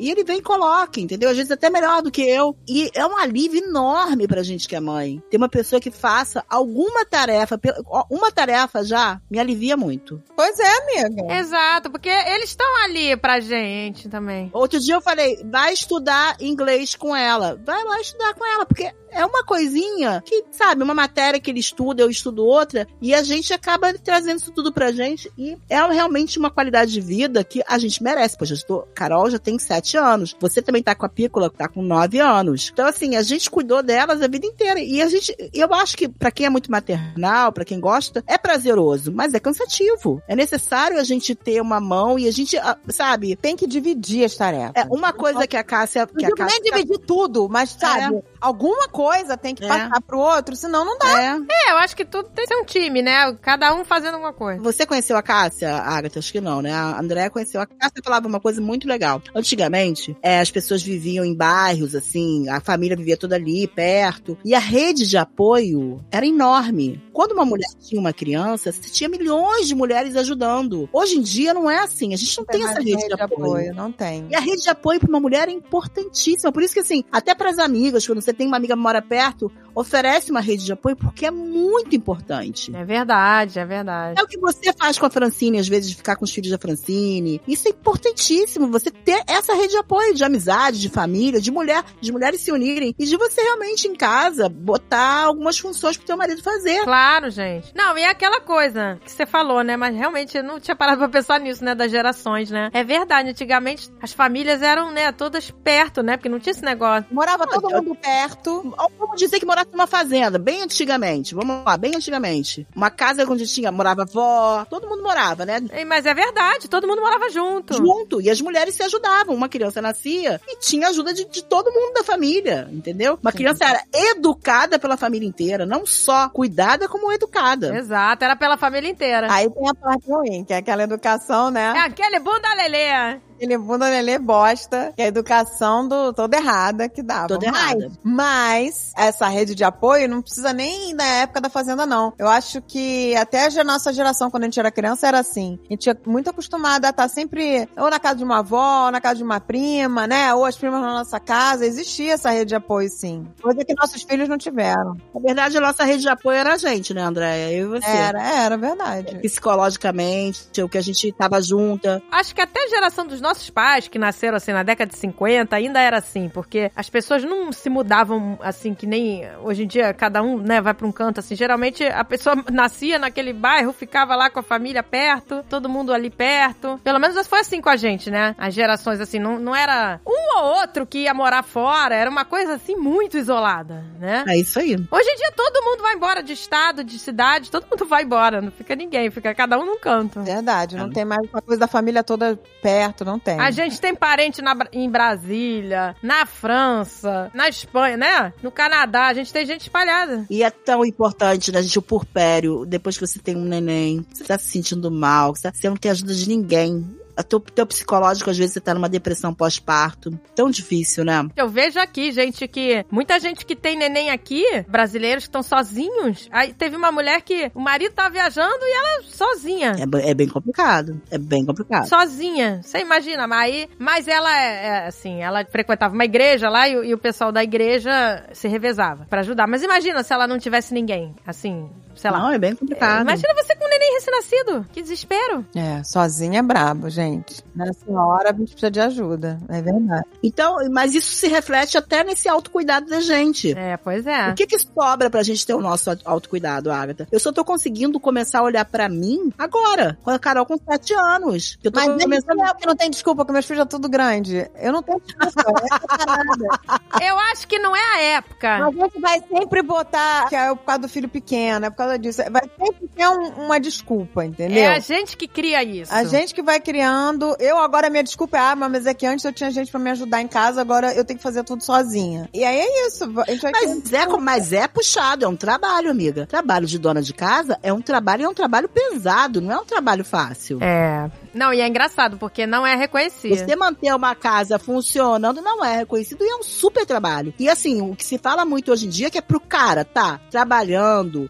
coloque, entendeu? Às vezes até melhor do que eu. E é um alívio enorme pra gente que é mãe. Ter uma pessoa que faça alguma tarefa, uma tarefa já me alivia muito. Pois é, amiga. Exato, porque eles estão ali pra gente também. Outro dia eu falei, vai estudar inglês com ela. Vai lá estudar com ela, porque é uma coisinha que, sabe, uma matéria que ele estuda, eu estudo outra, e a gente acaba trazendo isso tudo pra gente, e é realmente uma qualidade de vida que a gente merece. Poxa, eu estou, Carol já tem sete anos, você também tá com a Pícola, tá com nove anos. Então, assim, a gente cuidou delas a vida inteira, e a gente, eu acho que pra quem é muito maternal, pra quem gosta, é prazeroso, mas é cansativo. É necessário a gente ter uma mão, e a gente, sabe... Tem que dividir as tarefas. É, uma coisa que a Cássia... Que não a Cássia nem dividir tudo, mas, sabe, é. alguma coisa tem que é. passar pro outro, senão não dá. É. é, eu acho que tudo tem que ser um time, né? Cada um fazendo alguma coisa. Você conheceu a Cássia, Agatha? Acho que não, né? A Andréa conheceu. A Cássia falava uma coisa muito legal. Antigamente, é, as pessoas viviam em bairros, assim, a família vivia toda ali, perto, e a rede de apoio era enorme. Quando uma mulher tinha uma criança, você tinha milhões de mulheres ajudando. Hoje em dia não é assim, a gente não, não tem, tem essa rede, rede de, de apoio. apoio. Não tem. E a rede de apoio para uma mulher é importantíssima. Por isso que, assim, até para as amigas, quando você tem uma amiga que mora perto, oferece uma rede de apoio porque é muito importante. É verdade, é verdade. É o que você faz com a Francine, às vezes, de ficar com os filhos da Francine. Isso é importantíssimo, você ter essa rede de apoio, de amizade, de família, de mulher, de mulheres se unirem e de você realmente em casa botar algumas funções pro teu marido fazer. Claro, gente. Não, e é aquela coisa que você falou, né? Mas realmente eu não tinha parado pra pensar nisso, né? Das gerações, né? É verdade, antigamente as famílias eram, né, todas perto, né? Porque não tinha esse negócio. Morava não, todo eu... mundo perto. Vamos dizer que morava numa fazenda, bem antigamente. Vamos lá, bem antigamente. Uma casa onde tinha, morava avó, todo mundo morava, né? Mas é verdade, todo mundo morava junto. Junto, e as mulheres se ajudavam. Uma criança nascia e tinha ajuda de, de todo mundo da família, entendeu? Uma Sim. criança era educada pela família inteira, não só cuidada, como educada. Exato, era pela família inteira. Aí tem a parte ruim, que é aquela educação, né? É aquele bunda lelê. Aquele bunda lelê bosta, que é a educação do, toda errada que dava. Toda errada. Mas, essa rede de apoio não precisa nem da época da fazenda, não. Eu acho que até a nossa geração, quando a gente era criança, era assim. A gente é muito acostumada a estar sempre ou na casa de uma avó, ou na casa de uma prima, né? Ou as primas na nossa casa. Existia essa rede de apoio, sim. Coisa que nossos filhos não tiveram. Na verdade, a nossa rede de apoio era a gente, né, Andréia? Eu e você. Era, era verdade. Psicologicamente, o que a gente tava junta. Acho que até a geração dos nossos pais, que nasceram assim na década de cinquenta, ainda era assim, porque as pessoas não se mudavam assim, que nem hoje em dia, cada um, né, vai pra um canto, assim. Geralmente a pessoa nascia naquele bairro, ficava lá com a família perto, todo mundo ali perto. Pelo menos foi assim com a gente, né? As gerações, assim, não, não era um ou outro que ia morar fora, era uma coisa, assim, muito isolada, né? É isso aí. Hoje em dia todo mundo vai embora de estado, de cidade, todo mundo vai embora, não fica ninguém, fica cada um num canto. Verdade, não é. Tem mais uma coisa da família toda perto, não tem. A gente tem parente na, em Brasília, na França, na Espanha, né? No Canadá, a gente tem gente espalhada. E é tão importante, né, gente, o purpério, depois que você tem um neném, você tá se sentindo mal, você não tem ajuda de ninguém. O teu, teu psicológico, às vezes, você tá numa depressão pós-parto. Tão difícil, né? Eu vejo aqui, gente, que... Muita gente que tem neném aqui, brasileiros que estão sozinhos. Aí teve uma mulher que o marido tava viajando e ela sozinha. É, é bem complicado. É bem complicado. Sozinha. Você imagina, mas aí... Mas ela, é, é, assim, ela frequentava uma igreja lá e, e o pessoal da igreja se revezava pra ajudar. Mas imagina se ela não tivesse ninguém, assim... Sei lá. Não, é bem complicado. É, imagina você com um neném recém-nascido. Que desespero. É, sozinha é brabo, gente. Nessa hora a gente precisa de ajuda. É verdade. Então, mas isso se reflete até nesse autocuidado da gente. É, pois é. O que que sobra pra gente ter o nosso autocuidado, Agatha? Eu só tô conseguindo começar a olhar pra mim agora, com a Carol com sete anos. Eu tô mas começando... é que não tem desculpa, que meus filhos já tudo grande. Eu não tenho desculpa. É Eu acho que não é a época. A gente vai sempre botar que é por causa do filho pequeno, é por causa disso. Vai sempre ter um, uma desculpa, entendeu? É a gente que cria isso. A gente que vai criando. Eu agora, minha desculpa é, ah, mas é que antes eu tinha gente pra me ajudar em casa, agora eu tenho que fazer tudo sozinha. E aí é isso. A gente vai mas, é, mas é puxado, é um trabalho, amiga. Trabalho de dona de casa é um trabalho, é um trabalho pesado, não é um trabalho fácil. É. Não, e é engraçado, porque não é reconhecido. Você manter uma casa funcionando não é reconhecido e é um super trabalho. E assim, o que se fala muito hoje em dia é que é pro cara tá trabalhando, pro cara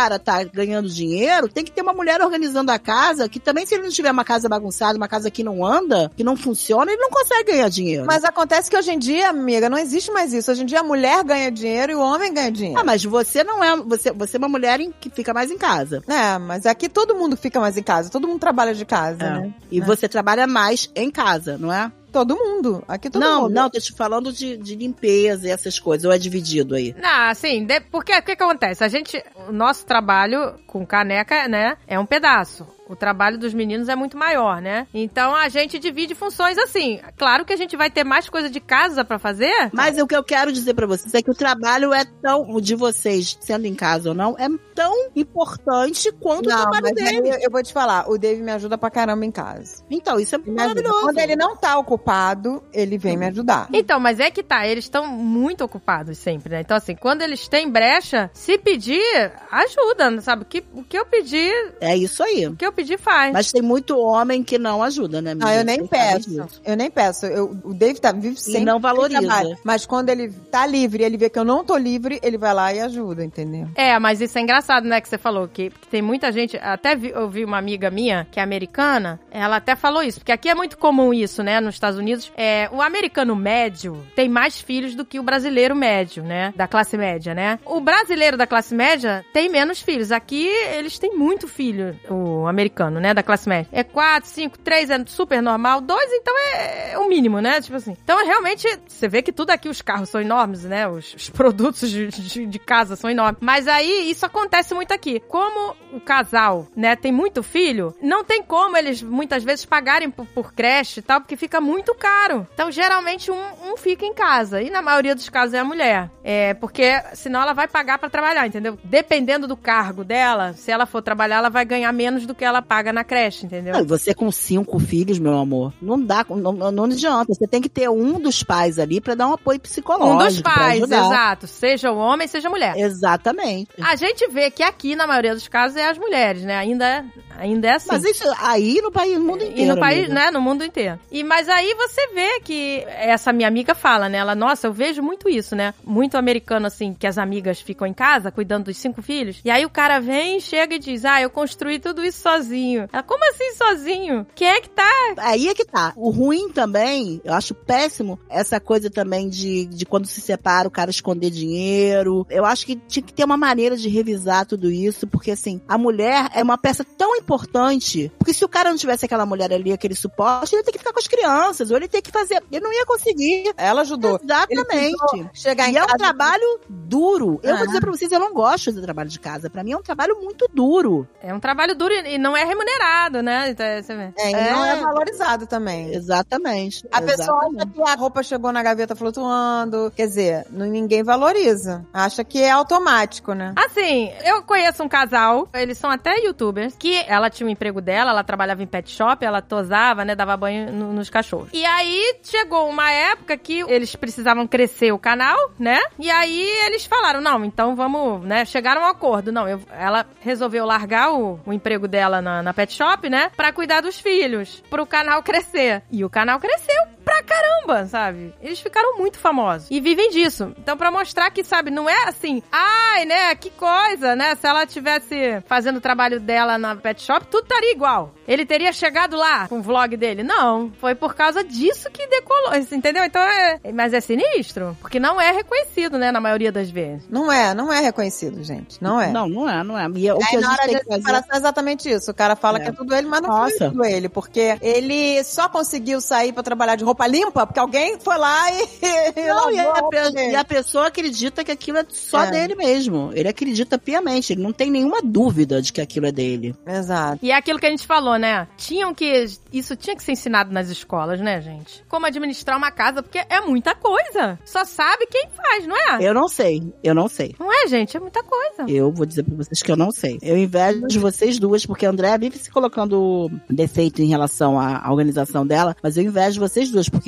cara tá ganhando dinheiro, tem que ter uma mulher organizando a casa, que também se ele não tiver uma casa bagunçada, uma casa que não anda, que não funciona, ele não consegue ganhar dinheiro. Mas acontece que hoje em dia, amiga, não existe mais isso. Hoje em dia a mulher ganha dinheiro e o homem ganha dinheiro. Ah, mas você não é, você, você é uma mulher em, que fica mais em casa. É, mas aqui todo mundo fica mais em casa, todo mundo trabalha de casa, É. né? E É. você trabalha mais em casa, não é? Todo mundo, aqui todo não, mundo. não, tô te falando de, de limpeza e essas coisas, ou é dividido aí? Não, assim, de- porque o que, que acontece? A gente, o nosso trabalho com caneca, né, é um pedaço. O trabalho dos meninos é muito maior, né? Então a gente divide funções assim. Claro que a gente vai ter mais coisa de casa pra fazer. Mas o que eu quero dizer pra vocês é que o trabalho é tão, o de vocês, sendo em casa ou não, é tão importante quanto o Não, trabalho mas dele. aí eu, eu vou te falar, o Dave me ajuda pra caramba em casa. Então, isso é Ele me ajuda. maravilhoso. Quando ele não tá ocupado, ele vem me ajudar. Então, mas é que tá, eles estão muito ocupados sempre, né? Então, assim, quando eles têm brecha, se pedir, ajuda, sabe? O que, o que eu pedir, É isso aí. o que eu pedir faz. Mas tem muito homem que não ajuda, né, Não, amiga? eu nem Você sabe peço. disso. Eu nem peço. Eu, o Dave tá, vive sempre. não valoriza. sem trabalho. Mas quando ele tá livre, ele vê que eu não tô livre, ele vai lá e ajuda, entendeu? É, mas isso é engraçado, né, que você falou, que, que tem muita gente, até vi, eu vi uma amiga minha, que é americana, ela até falou isso, porque aqui é muito comum isso, né, nos Estados Unidos, é, o americano médio tem mais filhos do que o brasileiro médio, né, da classe média, né. O brasileiro da classe média tem menos filhos, aqui eles têm muito filho, o americano, né, da classe média. É quatro, cinco, três é super normal, dois então é, é o mínimo, né, tipo assim. Então, realmente, você vê que tudo aqui, os carros são enormes, né, os, os produtos de, de, de casa são enormes. Mas aí, isso acontece muito aqui. Como o casal, né, tem muito filho, não tem como eles, muitas vezes, pagarem por, por creche e tal, porque fica muito caro. Então, geralmente, um, um fica em casa. E, na maioria dos casos, é a mulher. É, porque, senão, ela vai pagar pra trabalhar, entendeu? Dependendo do cargo dela, se ela for trabalhar, ela vai ganhar menos do que ela paga na creche, entendeu? Não, e você com cinco filhos, meu amor, não dá, não, não adianta. Você tem que ter um dos pais ali pra dar um apoio psicológico. Um dos pra pais, ajudar. exato. Seja o homem, seja a mulher. Exatamente. A gente vê que aqui, na maioria dos casos, é as mulheres, né? Ainda é, ainda é assim. Mas isso aí no país, no mundo inteiro. E no país, amiga. né, no mundo inteiro. E, mas aí você vê que essa minha amiga fala, né, ela, nossa, eu vejo muito isso, né, muito americano, assim, que as amigas ficam em casa, cuidando dos cinco filhos, e aí o cara vem, chega e diz, ah, eu construí tudo isso sozinho. Ela, como assim sozinho? Quem é que tá? Aí é que tá. O ruim também, eu acho péssimo, essa coisa também de, de quando se separa o cara esconder dinheiro. Eu acho que tinha que ter uma maneira de revisar tudo isso, porque assim, a mulher é uma peça tão importante, porque se o cara não tivesse aquela mulher ali, aquele suporte, ele ia ter que ficar com as crianças, ou ele ia ter que fazer, ele não ia conseguir. Ela ajudou. Exatamente. Ele tentou chegar em E é um casa- trabalho duro. Eu Ah. vou dizer pra vocês, eu não gosto de trabalho de casa. Pra mim é um trabalho muito duro. É um trabalho duro e e não é remunerado, né? Então, você vê. É, e É. não é valorizado também. Exatamente. A pessoa acha Exatamente. que a roupa chegou na gaveta flutuando. Quer dizer, não- ninguém valoriza. Acha que é automático, né? Assim, eu conheço um casal, eles são até youtubers, que ela tinha o emprego dela, ela trabalhava em pet shop, ela tosava, né, dava banho no- nos cachorros. E aí, chegou uma época que eles precisavam crescer o canal, né, e aí eles falaram, não, então vamos, né, chegaram a um acordo, não, eu- ela resolveu largar o, o emprego dela na, na pet shop, né, pra cuidar dos filhos, pro canal crescer. E o canal cresceu pra caramba, sabe? Eles ficaram muito famosos e vivem disso. Então, pra mostrar que, sabe, não é assim, ai, né, que coisa, né? Se ela tivesse fazendo o trabalho dela na pet shop, tudo estaria igual. Ele teria chegado lá com o vlog dele? Não. Foi por causa disso que decolou, entendeu? Então é... Mas é sinistro, porque não é reconhecido, né, na maioria das vezes. Não é, não é reconhecido, gente. Não é. Não, não é, não é. E é o que Aí a na gente hora tem de que fazer... separação é exatamente isso. O cara fala É. que é tudo ele, mas não Nossa. foi tudo ele. Porque ele só conseguiu sair pra trabalhar de roupa limpa porque alguém foi lá e... e Não, e lavou a, roupa pe- dele. e a pessoa acredita que aquilo é só É. dele mesmo. Ele acredita piamente. Ele não tem nenhuma dúvida de que aquilo é dele. Exato. E é aquilo que a gente falou, né? Tinham que... Isso tinha que ser ensinado nas escolas, né, gente? Como administrar uma casa, porque é muita coisa. Só sabe quem faz, não é? Eu não sei. Eu não sei. Não é, gente? É muita coisa. Eu vou dizer pra vocês que eu não sei. Eu invejo de vocês duas, porque a Andréa vive se colocando defeito em relação à à organização dela, mas eu invejo vocês duas, porque eu não sei.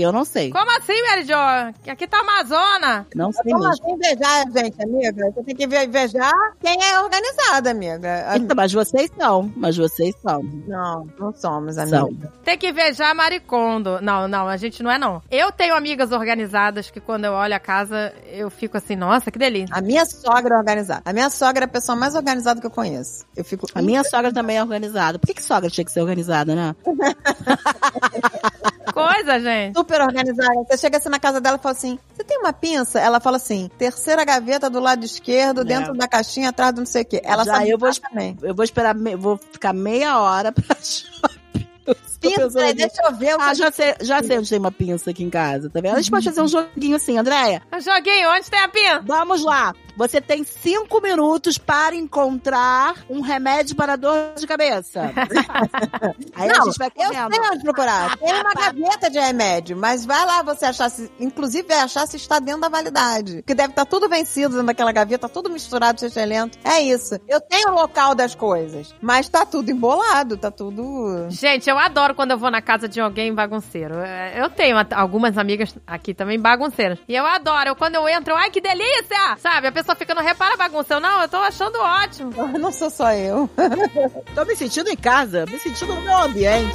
sei. Como assim, Mary Jo? Aqui tá Amazona. Não sei Como mesmo. assim invejar, gente, amiga? Você tem que invejar quem é organizada, amiga. Então, mas vocês são. Mas vocês são. Não, não somos, São. amiga. Tem que invejar Maricondo. Não, não, a gente não é, não. Eu tenho amigas organizadas que quando eu olho a casa, eu fico assim, nossa, que delícia. A minha sogra é organizada. A minha sogra é a pessoa mais organizada que eu conheço. Eu fico... A minha sogra também é organizada. Por que, que sogra tinha que ser organizada, né? Coisa, gente. Super organizada. Você chega assim na casa dela e fala assim, você tem uma pinça? Ela fala assim, terceira gaveta do lado esquerdo, É. dentro da caixinha, atrás do não sei o quê. Ela Já sabe eu vou, também. eu vou esperar, me- vou ficar meia hora pra shopping. Pinça, aí, deixa eu ver. o Ah, que- já sei, já sei onde tem uma pinça aqui em casa, tá vendo? A gente pode fazer um joguinho assim, Andréia. Joguinho, onde tem a pinça? Vamos lá. Você tem cinco minutos para encontrar um remédio para dor de cabeça. Aí a Não, gente vai eu correndo. sei onde procurar. Tem uma gaveta de remédio, mas vai lá você achar, se, inclusive vai achar se está dentro da validade. Porque deve estar tudo vencido dentro daquela gaveta, tudo misturado, lento. É isso. Eu tenho o local das coisas, mas tá tudo embolado, tá tudo... Gente, eu adoro quando eu vou na casa de alguém bagunceiro. É, Eu tenho at- algumas amigas aqui também bagunceiras. E eu adoro. Eu, quando eu entro, ai, que delícia! Sabe? A pessoa fica, não repara a bagunça. Eu, não, eu tô achando ótimo. Não sou só eu. Tô me sentindo em casa, me sentindo no meu ambiente.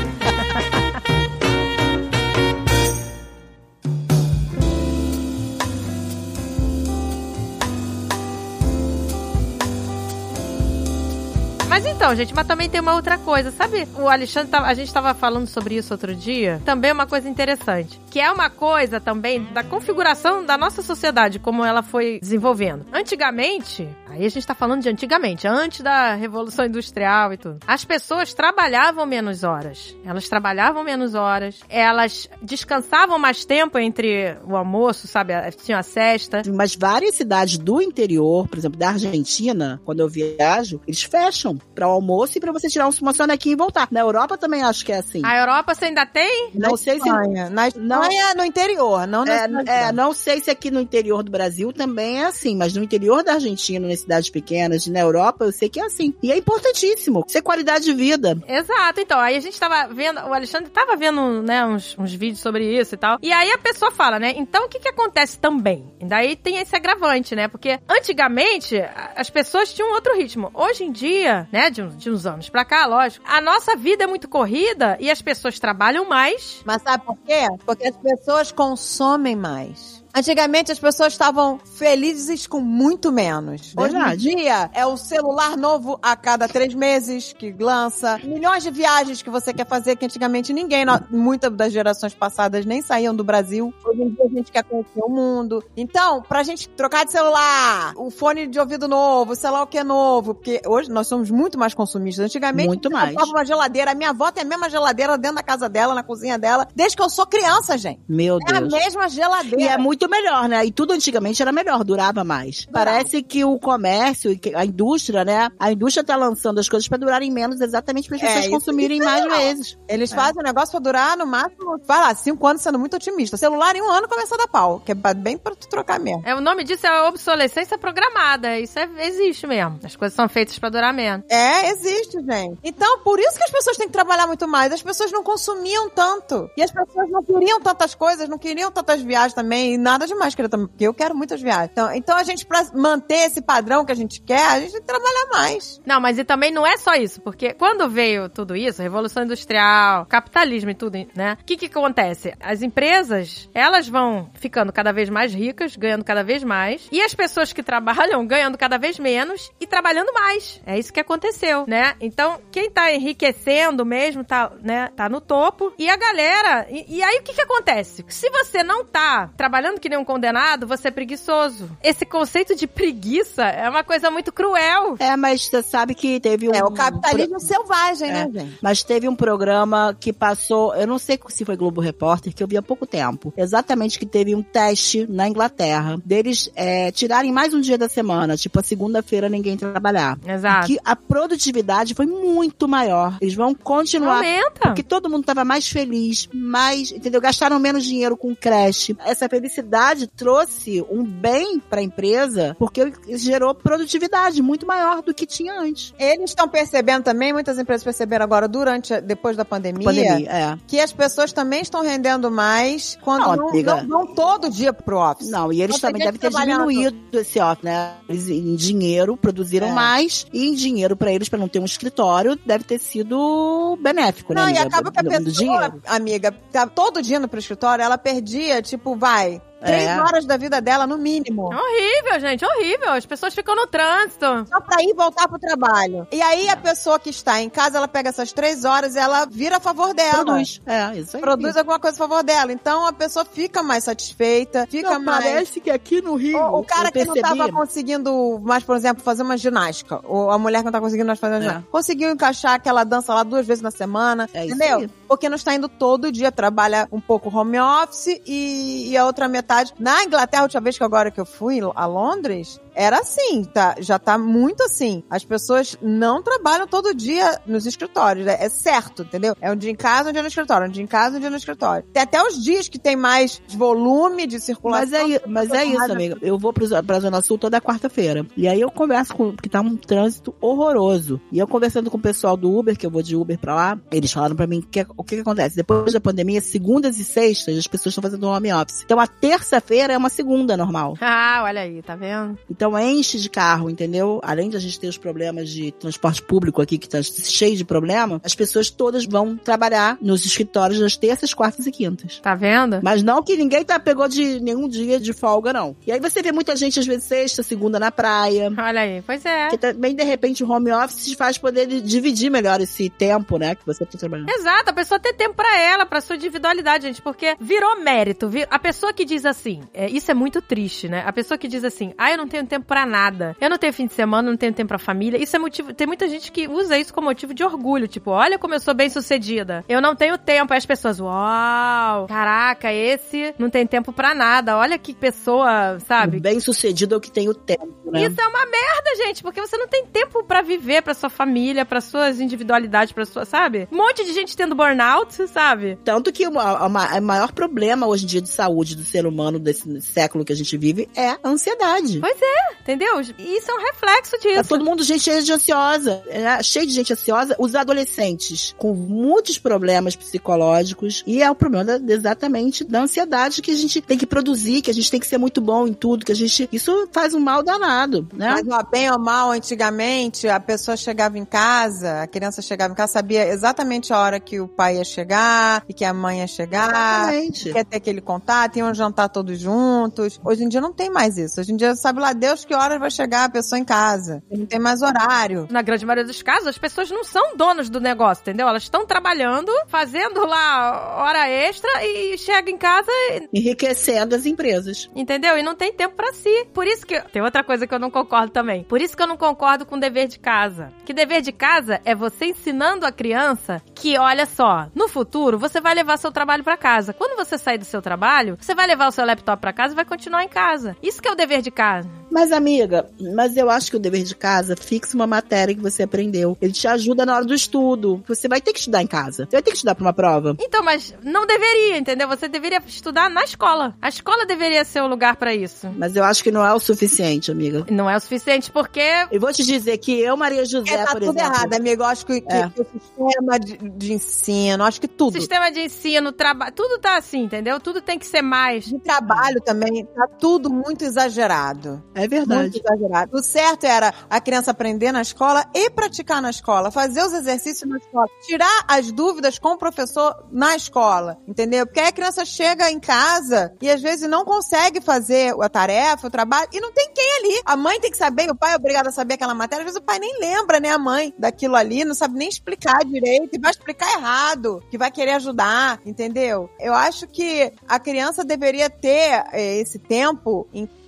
Mas então, gente, mas também tem uma outra coisa, sabe? O Alexandre, tava, a gente tava falando sobre isso outro dia. Também é uma coisa interessante. Que é uma coisa também da configuração da nossa sociedade, como ela foi desenvolvendo. Antigamente, aí a gente tá falando de antigamente, antes da Revolução Industrial e tudo. As pessoas trabalhavam menos horas. Elas trabalhavam menos horas. Elas descansavam mais tempo entre o almoço, sabe? Tinha a sesta. Mas várias cidades do interior, por exemplo, da Argentina, quando eu viajo, eles fecham para o almoço e para você tirar uma sonequinha e voltar. Na Europa também acho que é assim. A Europa você ainda tem? Não Na sei se... Espanha. Na Espanha, no interior, não na É, cidade é, grande. não sei se aqui no interior do Brasil também é assim, mas no interior da Argentina, nas cidades pequenas, na Europa, eu sei que é assim. E é importantíssimo. Isso é qualidade de vida. Exato, então, aí a gente tava vendo, o Alexandre tava vendo, né, uns, uns vídeos sobre isso e tal, e aí a pessoa fala, né, então o que que acontece também? E daí tem esse agravante, né, porque antigamente a- as pessoas tinham outro ritmo. Hoje em dia, né, de, uns- de uns anos pra cá, lógico, a nossa vida é muito corrida e as pessoas trabalham mais. Mas sabe por quê? Porque as pessoas consomem mais. Antigamente as pessoas estavam felizes com muito menos. Hoje em Verdade. dia é o celular novo a cada três meses que lança. Milhões de viagens que você quer fazer que antigamente ninguém, no- muitas das gerações passadas nem saíam do Brasil. Hoje em dia a gente quer conhecer o mundo. Então, pra gente trocar de celular, o fone de ouvido novo, sei lá o que é novo, porque hoje nós somos muito mais consumistas. Antigamente Muito você mais. comprava uma geladeira. A minha avó tem a mesma geladeira dentro da casa dela, na cozinha dela, desde que eu sou criança, gente. Meu É a Deus. mesma geladeira. E é muito melhor, né? E tudo antigamente era melhor, durava mais. Parece que o comércio, e que a indústria, né? A indústria tá lançando as coisas pra durarem menos exatamente para as É, pessoas isso consumirem que é mais legal. vezes. Eles fazem o negócio pra durar no máximo, vai lá, cinco anos sendo muito otimista. Celular em um ano começa a dar pau, que é ba- bem pra tu trocar mesmo. É, o nome disso é obsolescência programada, isso é- existe mesmo. As coisas são feitas pra durar menos. É, existe, gente. Então, por isso que as pessoas têm que trabalhar muito mais. As pessoas não consumiam tanto. E as pessoas não queriam tantas coisas, não queriam tantas viagens também, e nada demais querer também, porque eu quero muitas viagens. Então, então a gente, pra manter esse padrão que a gente quer, a gente tem que trabalhar mais. Não, mas e também não é só isso, porque quando veio tudo isso, Revolução Industrial, capitalismo e tudo, né? O que que acontece? As empresas, elas vão ficando cada vez mais ricas, ganhando cada vez mais, e as pessoas que trabalham ganhando cada vez menos e trabalhando mais. É isso que aconteceu, né? Então, quem tá enriquecendo mesmo tá, né, tá no topo, e a galera... E, e aí, o que que acontece? Se você não tá trabalhando que nem um condenado, você é preguiçoso. Esse conceito de preguiça é uma coisa muito cruel. É, mas você sabe que teve um... É o capitalismo selvagem, É. né, gente? Mas teve um programa que passou, eu não sei se foi Globo Repórter, que eu vi há pouco tempo. Exatamente, que teve um teste na Inglaterra, deles é, tirarem mais um dia da semana, tipo a segunda-feira ninguém trabalhar. Exato. Que a produtividade foi muito maior. Eles vão continuar. Aumenta. Porque todo mundo tava mais feliz, mais, entendeu? Gastaram menos dinheiro com creche. Essa felicidade verdade, trouxe um bem para a empresa, porque gerou produtividade muito maior do que tinha antes. Eles estão percebendo também, muitas empresas perceberam agora, durante, depois da pandemia, pandemia é. que as pessoas também estão rendendo mais quando não, não, não vão todo dia pro office. Não, e eles então, também devem ter diminuído esse office, né? Eles, em dinheiro, produziram é. mais, e em dinheiro para eles, para não ter um escritório, deve ter sido benéfico, não, né? Não, e acaba que a pessoa, amiga, tá todo dia no pro escritório, ela perdia, tipo, vai... Três é. horas da vida dela, no mínimo. Horrível, gente, horrível. As pessoas ficam no trânsito. Só pra ir voltar pro trabalho. E aí, a pessoa que está em casa, ela pega essas três horas e ela vira a favor dela. Produz. É, isso aí. Produz alguma coisa a favor dela. Então, a pessoa fica mais satisfeita, fica não, mais... Parece que aqui no Rio... O, o cara que não tava conseguindo mais, por exemplo, fazer uma ginástica. Ou a mulher que não tá conseguindo mais fazer uma é. ginástica. Conseguiu encaixar aquela dança lá duas vezes na semana. É entendeu? Isso aí. Porque não está indo todo dia. Trabalha um pouco home office e, e a outra metade... Na Inglaterra, a última vez que agora que eu fui a Londres, era assim, tá? Já tá muito assim. As pessoas não trabalham todo dia nos escritórios, né? É certo, entendeu? É um dia em casa, um dia no escritório, um dia em casa, um dia no escritório. Tem até os dias que tem mais volume de circulação. Mas é, mas é isso, amiga. Eu vou pro, pra Zona Sul toda quarta-feira. E aí eu converso com... Porque tá um trânsito horroroso. E eu conversando com o pessoal do Uber, que eu vou de Uber pra lá, eles falaram pra mim que, o que que acontece? Depois da pandemia, segundas e sextas, as pessoas estão fazendo home office. Então a terça-feira é uma segunda normal. Ah, olha aí, tá vendo? Então enche de carro, entendeu? Além de a gente ter os problemas de transporte público aqui, que tá cheio de problema, as pessoas todas vão trabalhar nos escritórios das terças, quartas e quintas. Tá vendo? Mas não que ninguém tá, pegou de nenhum dia de folga, não. E aí você vê muita gente, às vezes, sexta, segunda na praia. Olha aí, pois é. Que também, de repente, o home office faz poder dividir melhor esse tempo, né, que você tá trabalhando. Exato, a pessoa ter tempo pra ela, pra sua individualidade, gente, porque virou mérito. Vir... A pessoa que diz assim, é, isso é muito triste, né? A pessoa que diz assim, ah, eu não tenho tempo pra nada, eu não tenho fim de semana, não tenho tempo pra família, isso é motivo, tem muita gente que usa isso como motivo de orgulho, tipo, olha como eu sou bem sucedida, eu não tenho tempo, aí as pessoas, uau, caraca, esse não tem tempo pra nada, olha que pessoa, sabe? Bem sucedido é o que tem o tempo, né? Isso é uma merda, gente, porque você não tem tempo pra viver, pra sua família, pra suas individualidades, pra sua, sabe? Um monte de gente tendo burnout, sabe? Tanto que o, o, o maior problema hoje em dia de saúde do ser humano desse século que a gente vive é a ansiedade. Pois é, entendeu? E isso é um reflexo disso. É todo mundo gente cheia de ansiosa, é, cheio de gente ansiosa, os adolescentes com muitos problemas psicológicos, e é o problema da, exatamente da ansiedade que a gente tem que produzir, que a gente tem que ser muito bom em tudo, que a gente... Isso faz um mal danado, né? Mas, ó, bem ou mal, antigamente, a pessoa chegava em casa, a criança chegava em casa, sabia exatamente a hora que o pai ia chegar, e que a mãe ia chegar, exatamente. Quer ter aquele contato, iam jantar todos juntos. Hoje em dia não tem mais isso. Hoje em dia sabe lá Deus que horas vai chegar a pessoa em casa. Não tem mais horário. Na grande maioria dos casos, as pessoas não são donas do negócio, entendeu? Elas estão trabalhando, fazendo lá hora extra e chegam em casa e... enriquecendo as empresas. Entendeu? E não tem tempo pra si. Por isso que... Tem outra coisa que eu não concordo também. Por isso que eu não concordo com o dever de casa. Que dever de casa é você ensinando a criança que, olha só, no futuro você vai levar seu trabalho pra casa. Quando você sair do seu trabalho, você vai levar o seu laptop pra casa e vai continuar em casa. Isso que é o dever de casa. Mas, amiga, mas eu acho que o dever de casa fixa uma matéria que você aprendeu. Ele te ajuda na hora do estudo. Você vai ter que estudar em casa. Você vai ter que estudar pra uma prova. Então, mas não deveria, entendeu? Você deveria estudar na escola. A escola deveria ser o lugar pra isso. Mas eu acho que não é o suficiente, amiga. Não é o suficiente porque... Eu vou te dizer que eu, Maria José, é, tá por tudo exemplo... errado, amiga. Eu acho que, que, é. que o sistema de, de ensino, acho que tudo. Sistema de ensino, trabalho, tudo tá assim, entendeu? Tudo tem que ser mais. De trabalho também, tá tudo muito exagerado. É verdade. Muito exagerado. O certo era a criança aprender na escola e praticar na escola, fazer os exercícios na escola, tirar as dúvidas com o professor na escola, entendeu? Porque aí a criança chega em casa e às vezes não consegue fazer a tarefa, o trabalho, e não tem quem ali. A mãe tem que saber, o pai é obrigado a saber aquela matéria, às vezes o pai nem lembra, né, a mãe daquilo ali, não sabe nem explicar direito, e vai explicar errado, que vai querer ajudar, entendeu? Eu acho que a criança deveria ter é, esse tempo em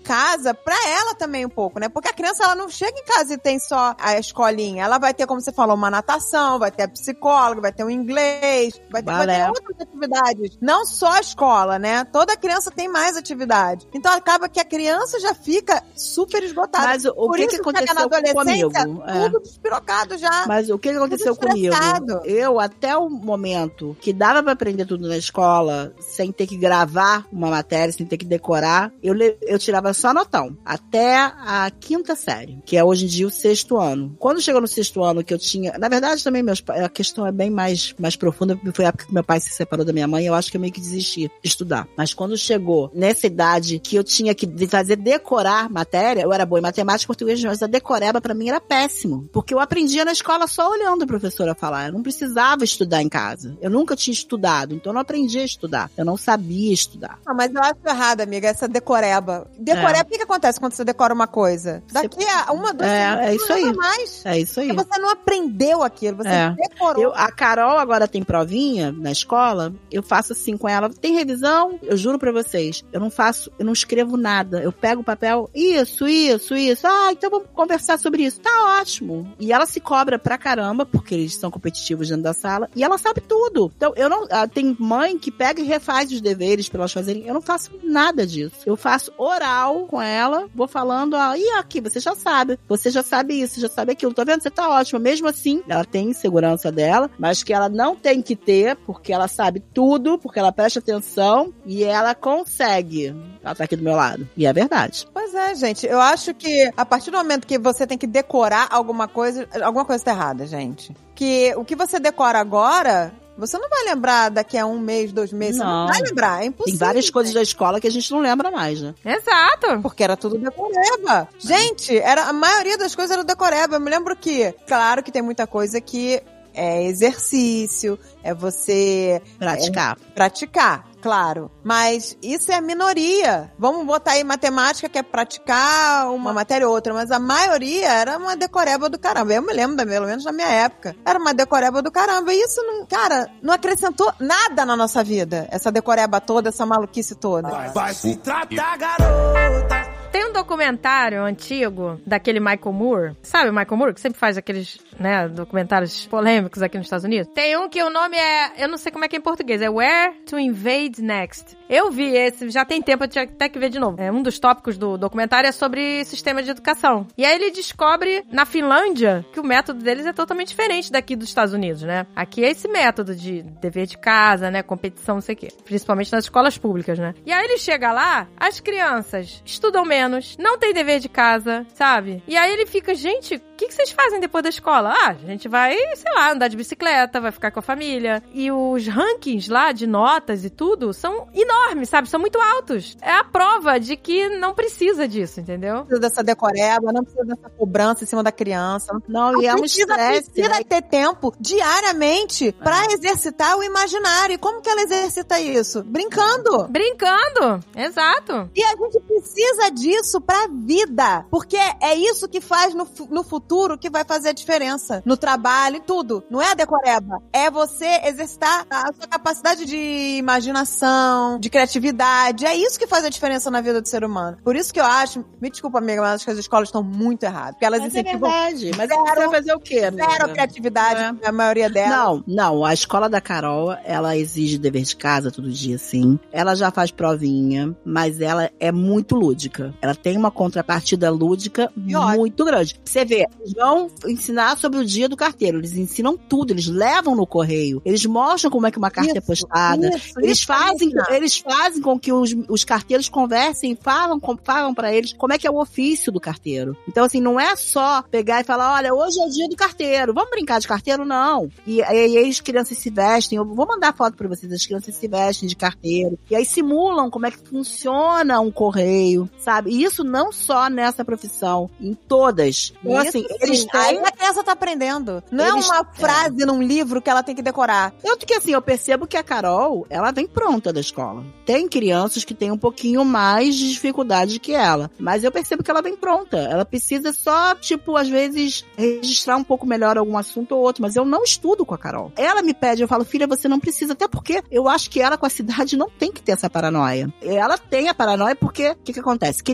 casa pra ela também um pouco, né? Porque a criança, ela não chega em casa e tem só a escolinha. Ela vai ter, como você falou, uma natação, vai ter a psicóloga, vai ter um inglês, vai ter, vai ter outras atividades. Não só a escola, né? Toda criança tem mais atividade. Então acaba que a criança já fica super esgotada. Mas o Por que, isso que aconteceu na adolescência, comigo? tudo despirocado já. Mas o que, que aconteceu comigo? Eu, até o momento que dava pra aprender tudo na escola, sem ter que gravar uma matéria, sem ter que decorar, eu, eu tirava só notão. Até a quinta série, que é hoje em dia o sexto ano. Quando chegou no sexto ano, que eu tinha... Na verdade, também meus, a questão é bem mais, mais profunda, porque foi a época que meu pai se separou da minha mãe, eu acho que eu meio que desisti de estudar. Mas quando chegou nessa idade que eu tinha que fazer decorar matéria, eu era boa em matemática e português, mas a decoreba pra mim era péssimo. Porque eu aprendia na escola só olhando a professora falar. Eu não precisava estudar em casa. Eu nunca tinha estudado, então eu não aprendi a estudar. Eu não sabia estudar. Ah, mas eu acho errado, amiga, essa decoreba. Decoreba, é. O que, que acontece quando você decora uma coisa? Daqui você... a uma, duas, é, três, é isso aí. Mais. É isso aí. Porque você não aprendeu aquilo, você é. decorou. Eu, a Carol agora tem provinha na escola, eu faço assim com ela. Tem revisão? Eu juro pra vocês, eu não faço, eu não escrevo nada. Eu pego o papel, isso, isso, isso. Ah, então vamos conversar sobre isso. Tá ótimo. E ela se cobra pra caramba, porque eles são competitivos dentro da sala, e ela sabe tudo. Então, eu não... Tem mãe que pega e refaz os deveres pra elas fazerem. Eu não faço nada disso. Eu faço oral com ela, vou falando, ó, e aqui, você já sabe. Você já sabe isso, já sabe aquilo. Tá vendo? Você tá ótima. Mesmo assim, ela tem segurança dela, mas que ela não tem que ter, porque ela sabe tudo, porque ela presta atenção, e ela consegue. Ela tá aqui do meu lado. E é verdade. Pois é, gente. Eu acho que a partir do momento que você tem que decorar alguma coisa, alguma coisa tá errada, gente. Que o que você decora agora, você não vai lembrar daqui a um mês, dois meses. Não, você não vai lembrar. É impossível. Tem várias coisas da escola que a gente não lembra mais, né? Exato. Porque era tudo decoreba. Gente, era, a maioria das coisas era decoreba. Eu me lembro que, claro que tem muita coisa que é exercício, é você... Praticar. É, praticar. Claro, mas isso é a minoria. Vamos botar aí matemática, que é praticar uma matéria ou outra, mas a maioria era uma decoreba do caramba. Eu me lembro, pelo menos na minha época, era uma decoreba do caramba. E isso, não, cara, não acrescentou nada na nossa vida, essa decoreba toda, essa maluquice toda. Vai, vai se tratar, garota. Tem um documentário antigo daquele Michael Moore. Sabe o Michael Moore? Que sempre faz aqueles, né, documentários polêmicos aqui nos Estados Unidos. Tem um que o nome é... Eu não sei como é que é em português. É Where to Invade Next. Eu vi esse, já tem tempo, eu tinha até que ver de novo. É, um dos tópicos do documentário é sobre sistema de educação. E aí ele descobre, na Finlândia, que o método deles é totalmente diferente daqui dos Estados Unidos, né? Aqui é esse método de dever de casa, né? Competição, não sei o quê. Principalmente nas escolas públicas, né? E aí ele chega lá, as crianças estudam menos, não tem dever de casa, sabe? E aí ele fica, gente, o que, que vocês fazem depois da escola? Ah, a gente vai, sei lá, andar de bicicleta, vai ficar com a família. E os rankings lá de notas e tudo são enormes, sabe? São muito altos. É a prova de que não precisa disso, entendeu? Não precisa dessa decoreba, não precisa dessa cobrança em cima da criança. Não, não e é um precisa, estresse, precisa né? ter tempo diariamente é. pra exercitar o imaginário. E como que ela exercita isso? Brincando. Brincando, exato. E a gente precisa disso pra vida. Porque é isso que faz no, no futuro que vai fazer a diferença. No trabalho, em tudo. Não é a decoreba. É você exercitar a sua capacidade de imaginação, de criatividade. É isso que faz a diferença na vida do ser humano. Por isso que eu acho, me desculpa, amiga, mas acho que as escolas estão muito erradas. Porque elas mas incentivam... É verdade. Mas zero, você vai fazer o quê, amiga? Zero criatividade, é. a maioria delas. Não, não. A escola da Carol, ela exige dever de casa todo dia, sim. Ela já faz provinha, mas ela é muito lúdica. Ela tem uma contrapartida lúdica e muito ótimo. grande. Você vê, eles vão ensinar sobre o dia do carteiro. Eles ensinam tudo, eles levam no correio. Eles mostram como é que uma carta isso, é postada. Isso, eles, isso fazem, eles fazem com que os, os carteiros conversem e falam, com, falam pra eles como é que é o ofício do carteiro. Então, assim, não é só pegar e falar, olha, hoje é o dia do carteiro. Vamos brincar de carteiro? Não. E aí as crianças se vestem. Eu vou mandar foto pra vocês. As crianças se vestem de carteiro. E aí simulam como é que funciona um correio, sabe? E isso não só nessa profissão, em todas. Então, isso, assim, sim. eles têm... Aí a criança tá aprendendo. Não eles... é uma frase é. num livro que ela tem que decorar. Tanto que, assim, eu percebo que a Carol, ela vem pronta da escola. Tem crianças que têm um pouquinho mais de dificuldade que ela. Mas eu percebo que ela vem pronta. Ela precisa só, tipo, às vezes, registrar um pouco melhor algum assunto ou outro. Mas eu não estudo com a Carol. Ela me pede, eu falo, filha, você não precisa. Até porque eu acho que ela, com a cidade, não tem que ter essa paranoia. Ela tem a paranoia porque, o que que acontece?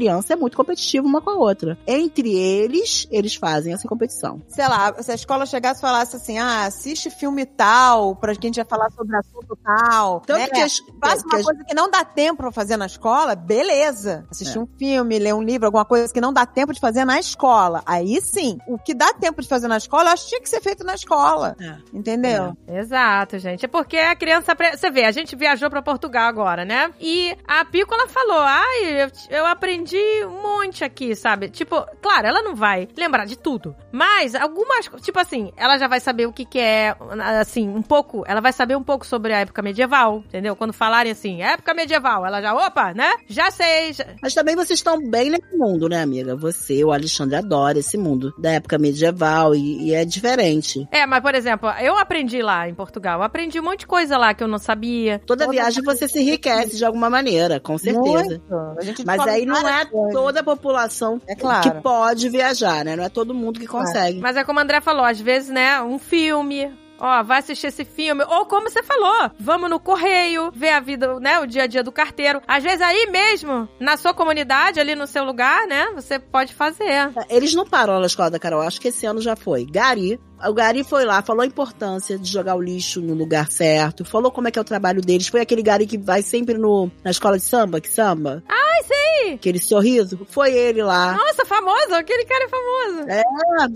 criança é muito competitiva uma com a outra. Entre eles, eles fazem essa competição. Sei lá, se a escola chegasse e falasse assim, ah, assiste filme tal, pra gente já falar sobre assunto tal. Tanto né? que as, Faça que uma as... coisa que não dá tempo pra fazer na escola, beleza. Assistir é. um filme, ler um livro, alguma coisa que não dá tempo de fazer na escola. Aí sim. O que dá tempo de fazer na escola, eu acho que tinha que ser feito na escola. É. Entendeu? É. Exato, gente. É porque a criança... Você vê, a gente viajou pra Portugal agora, né? E a Pico, ela falou, ai, eu, eu aprendi um monte aqui, sabe? Tipo, claro, ela não vai lembrar de tudo. Mas algumas... Tipo assim, ela já vai saber o que que é, assim, um pouco... Ela vai saber um pouco sobre a época medieval, entendeu? Quando falarem assim, época medieval, ela já, opa, né? Já sei. Já... Mas também vocês estão bem nesse mundo, né, amiga? Você, o Alexandre, adora esse mundo da época medieval e, e é diferente. É, mas, por exemplo, eu aprendi lá em Portugal. Eu aprendi um monte de coisa lá que eu não sabia. Toda, toda viagem você se enriquece de alguma maneira, com certeza. Mas aí não é toda a população é claro. que pode viajar, né? Não é todo mundo que consegue. Mas é como o André falou, às vezes, né, um filme... Ó, vai assistir esse filme. Ou como você falou, vamos no correio, ver a vida, né, o dia a dia do carteiro. Às vezes aí mesmo, na sua comunidade, ali no seu lugar, né, você pode fazer. Eles não param na escola da Carol, acho que esse ano já foi. Gari, o Gari foi lá, falou a importância de jogar o lixo no lugar certo, falou como é que é o trabalho deles. Foi aquele Gari que vai sempre no, na escola de samba, que samba. Ai, sei! Aquele sorriso. Foi ele lá. Nossa, famoso, aquele cara é famoso. É,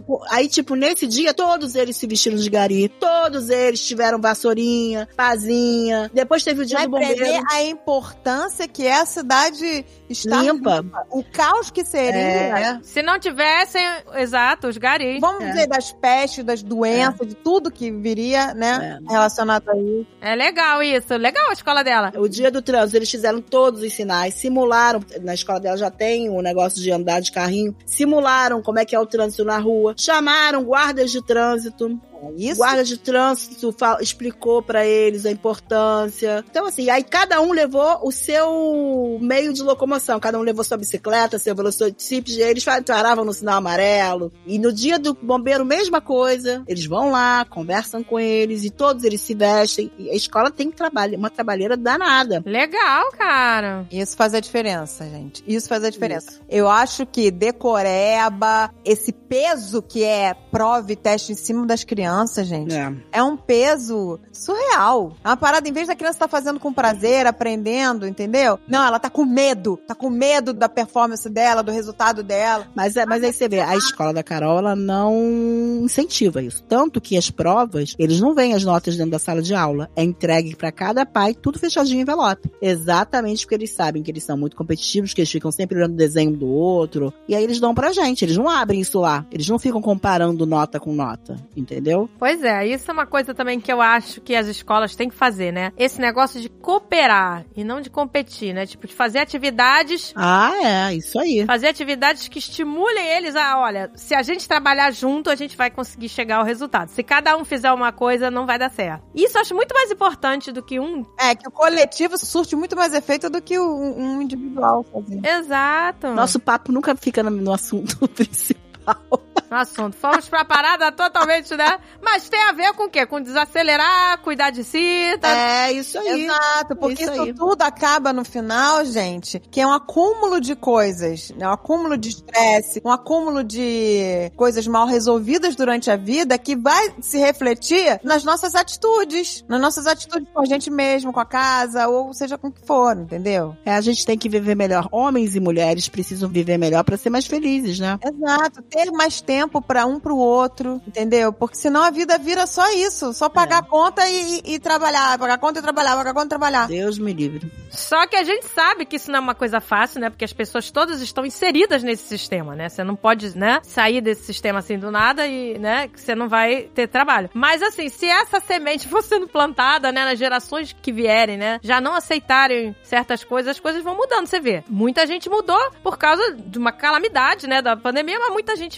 aí tipo, nesse dia, todos eles se vestiram de Gari, todos eles tiveram vassourinha, pazinha. Depois teve o dia vai do bombeiro. Vai a importância que é a cidade estar limpa. limpa. O caos que seria. É. Se não tivessem, exato, os garis. Vamos é. dizer, das pestes, das doenças, é. de tudo que viria, né, é. relacionado a isso. É legal isso. Legal a escola dela. O dia do trânsito, eles fizeram todos os sinais, simularam, na escola dela já tem o negócio de andar de carrinho, simularam como é que é o trânsito na rua, chamaram guardas de trânsito. Isso? Guarda de trânsito fala, explicou pra eles a importância. Então, assim, aí cada um levou o seu meio de locomoção. Cada um levou sua bicicleta, seu velocípede. Eles paravam no sinal amarelo. E no dia do bombeiro, mesma coisa. Eles vão lá, conversam com eles e todos eles se vestem. E a escola tem trabalho, uma trabalheira danada. Legal, cara. Isso faz a diferença, gente. Isso faz a diferença. Isso. Eu acho que decoreba, esse peso que é prova e teste em cima das crianças, gente, é. é um peso surreal. É uma parada, em vez da criança estar tá fazendo com prazer, aprendendo, entendeu? Não, ela tá com medo. Tá com medo da performance dela, do resultado dela. Mas, é, mas aí você vê, a escola da Carol, ela não incentiva isso. Tanto que as provas, eles não veem as notas dentro da sala de aula. É entregue pra cada pai, tudo fechadinho em envelope. Exatamente porque eles sabem que eles são muito competitivos, que eles ficam sempre olhando o desenho do outro. E aí eles dão pra gente. Eles não abrem isso lá. Eles não ficam comparando nota com nota. Entendeu? Pois é, isso é uma coisa também que eu acho que as escolas têm que fazer, né? Esse negócio de cooperar e não de competir, né? Tipo, de fazer atividades... Ah, é, isso aí. Fazer atividades que estimulem eles a, olha, se a gente trabalhar junto, a gente vai conseguir chegar ao resultado. Se cada um fizer uma coisa, não vai dar certo. Isso eu acho muito mais importante do que um... É, que o coletivo surte muito mais efeito do que um individual fazer. Exato. Nosso papo nunca fica no assunto principal. No assunto. Fomos pra parada totalmente, né? Mas tem a ver com o quê? Com desacelerar, cuidar de si. Tá? É, isso aí. Exato, porque isso, isso tudo acaba no final, gente, que é um acúmulo de coisas, né? Um acúmulo de estresse, um acúmulo de coisas mal resolvidas durante a vida que vai se refletir nas nossas atitudes, nas nossas atitudes com a gente mesmo, com a casa, ou seja com o que for, entendeu? É, a gente tem que viver melhor. Homens e mulheres precisam viver melhor pra ser mais felizes, né? Exato, ter mais tempo tempo pra um pro outro, entendeu? Porque senão a vida vira só isso, só pagar é. conta e, e, e trabalhar, pagar conta e trabalhar, pagar conta e trabalhar. Deus me livre. Só que a gente sabe que isso não é uma coisa fácil, né? Porque as pessoas todas estão inseridas nesse sistema, né? Você não pode, né, sair desse sistema assim do nada e, né, que você não vai ter trabalho. Mas assim, se essa semente for sendo plantada, né, nas gerações que vierem, né, já não aceitarem certas coisas, as coisas vão mudando, você vê. Muita gente mudou por causa de uma calamidade, né, da pandemia, mas muita gente mudou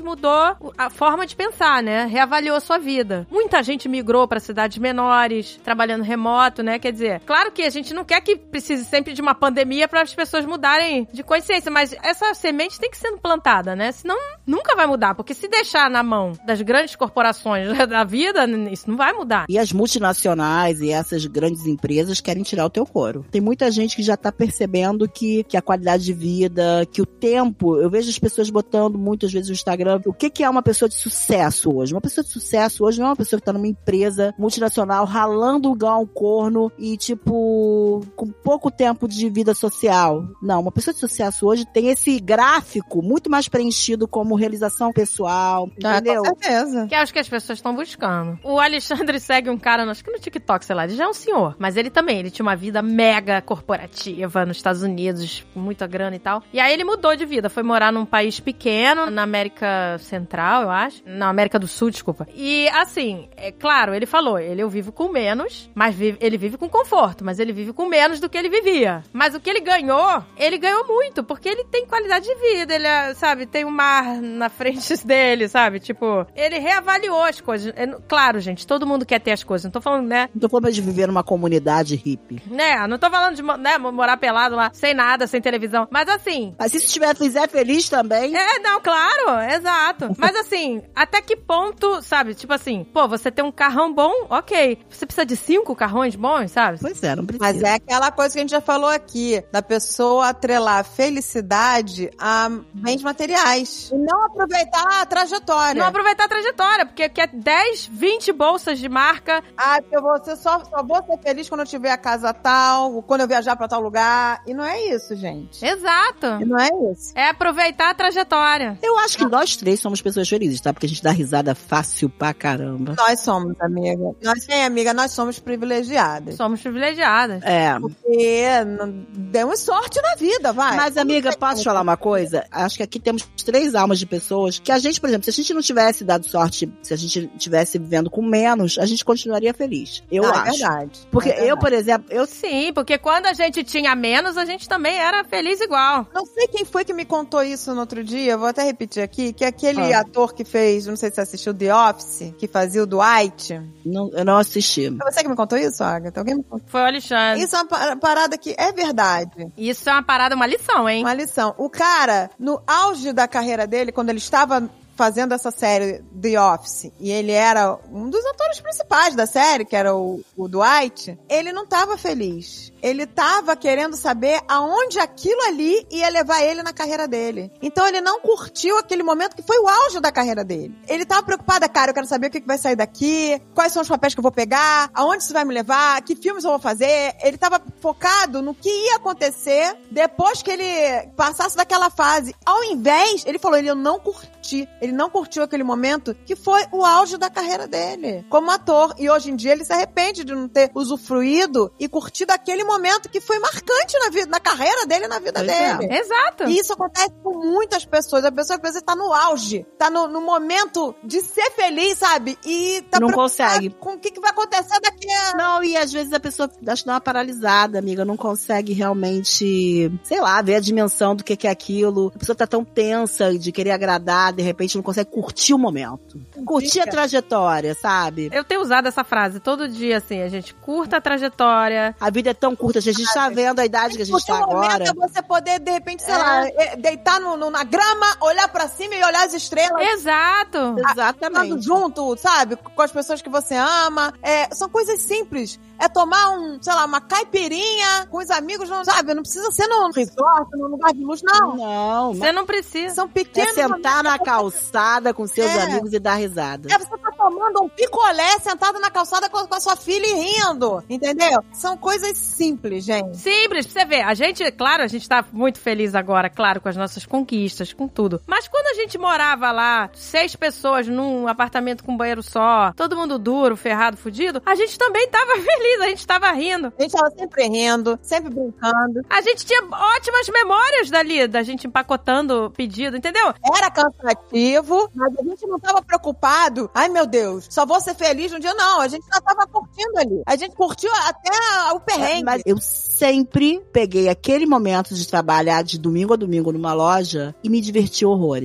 a forma de pensar, né? Reavaliou a sua vida. Muita gente migrou pra cidades menores, trabalhando remoto, né? Quer dizer, claro que a gente não quer que precise sempre de uma pandemia para as pessoas mudarem de consciência, mas essa semente tem que ser plantada, né? Senão nunca vai mudar, porque se deixar na mão das grandes corporações da vida, isso não vai mudar. E as multinacionais e essas grandes empresas querem tirar o teu couro. Tem muita gente que já tá percebendo que, que a qualidade de vida, que o tempo, eu vejo as pessoas botando muitas vezes no Instagram, o que que é uma pessoa de sucesso hoje? Uma pessoa de sucesso hoje não é uma pessoa que tá numa empresa multinacional ralando igual um corno e, tipo, com pouco tempo de vida social. Não, uma pessoa de sucesso hoje tem esse gráfico muito mais preenchido como realização pessoal, entendeu? Com certeza. Que é o que as pessoas estão buscando. O Alexandre segue um cara, acho que no TikTok, sei lá, ele já é um senhor, mas ele também, ele tinha uma vida mega corporativa nos Estados Unidos, com muita grana e tal. E aí ele mudou de vida, foi morar num país pequeno, na América Central, eu acho. Na América do Sul, desculpa. E assim, é claro, ele falou, ele eu vivo com menos, mas vive, ele vive com conforto, mas ele vive com menos do que ele vivia. Mas o que ele ganhou, ele ganhou muito, porque ele tem qualidade de vida, ele, é, sabe, tem um mar na frente dele, sabe? Tipo, ele reavaliou as coisas. É, claro, gente, todo mundo quer ter as coisas, não tô falando, né? Não tô falando de viver numa comunidade hippie. Né, não tô falando de, né, morar pelado lá, sem nada, sem televisão, mas assim... Mas se estiver fizer feliz também... É, não, claro, exato. Mas assim, até que ponto, sabe, tipo assim, pô, você tem um carrão bom, ok. Você precisa de cinco carrões bons, sabe? Pois é, não precisa. Mas é aquela coisa que a gente já falou aqui, da pessoa atrelar a felicidade a bens materiais. E não aproveitar a trajetória. Não aproveitar a trajetória, porque quer dez, vinte bolsas de marca. Ah, eu vou ser só, só vou ser feliz quando eu tiver a casa tal, quando eu viajar pra tal lugar. E não é isso, gente. Exato. E não é isso. É aproveitar a trajetória. Eu acho que nós três somos pessoas felizes, tá? Porque a gente dá risada fácil pra caramba. Nós somos, amiga. Nós, sim, amiga, nós somos privilegiadas. Somos privilegiadas. É. Porque não- demos sorte na vida, vai. Mas, amiga, posso te falar uma coisa? Acho que aqui temos três almas de pessoas que a gente, por exemplo, se a gente não tivesse dado sorte, se a gente tivesse vivendo com menos, a gente continuaria feliz. Eu Não, acho. É verdade. Porque É verdade. eu, por exemplo, eu Sim, porque quando a gente tinha menos, a gente também era feliz igual. Não sei quem foi que me contou isso no outro dia, vou até repetir aqui, que aquele Ah. ator que fez, não sei se você assistiu The Office, que fazia o Dwight. não, eu não assisti. Foi você que me contou isso, Agatha? Alguém me contou? Foi o Alexandre. Isso é uma pa- parada que é verdade. Isso é uma parada, uma lição, hein? Uma lição. O cara, no auge da carreira dele, quando ele estava fazendo essa série The Office, e ele era um dos atores principais da série, que era o, o Dwight, ele não estava feliz. Ele estava querendo saber aonde aquilo ali ia levar ele na carreira dele. Então ele não curtiu aquele momento que foi o auge da carreira dele. Ele estava preocupado, cara, eu quero saber o que que vai sair daqui, quais são os papéis que eu vou pegar, aonde isso vai me levar, que filmes eu vou fazer. Ele estava focado no que ia acontecer depois que ele passasse daquela fase. Ao invés, ele falou, ele não curti. Ele não curtiu aquele momento que foi o auge da carreira dele como ator. E hoje em dia ele se arrepende de não ter usufruído e curtido aquele momento que foi marcante na vida, na carreira dele e na vida Pois é. dele. Exato. E isso acontece com muitas pessoas. A pessoa, às vezes, tá no auge, tá no, no momento de ser feliz, sabe? E tá Não preocupada consegue. com o que, que vai acontecer daqui a... Não, e às vezes a pessoa acho que dá uma paralisada, amiga, não consegue realmente, sei lá, ver a dimensão do que que é aquilo. A pessoa tá tão tensa de querer agradar, de repente não consegue curtir o momento. Curtir a trajetória, sabe? Eu tenho usado essa frase todo dia, assim, a gente curta a trajetória. A vida é tão curta, a gente tá vendo a idade que a gente Porque tá o momento agora. é você poder, de repente, sei É. lá, é, deitar no, no- na grama, olhar pra cima e olhar as estrelas. Exato. Estando Exatamente. junto, sabe? Com as pessoas que você ama. É, são coisas simples. É tomar um, sei lá, uma caipirinha com os amigos, não, sabe? Não precisa ser num resort, num lugar de luxo, não. Não, Você não precisa. São é pequenos sentar na momentos. calçada com seus É. amigos e dar risada. É, você tá tomando um picolé sentado na calçada com, com a sua filha e rindo, entendeu? São coisas simples, gente. Simples, pra você ver. A gente, claro, a gente tá muito feliz agora, claro, com as nossas conquistas, com tudo. Mas quando a gente morava lá, seis pessoas num apartamento com banheiro só, todo mundo duro, ferrado, fudido, a gente também tava feliz, a gente tava rindo. A gente tava sempre rindo, sempre brincando. A gente tinha ótimas memórias dali, da gente empacotando pedido, entendeu? Era cansativo, mas a gente não tava preocupado. Ai, meu Deus, só vou ser feliz no dia. Não, a gente já tava curtindo ali. A gente curtiu até o perrengue. Mas eu sempre peguei aquele momento de trabalhar de domingo a domingo numa loja e me diverti horrores.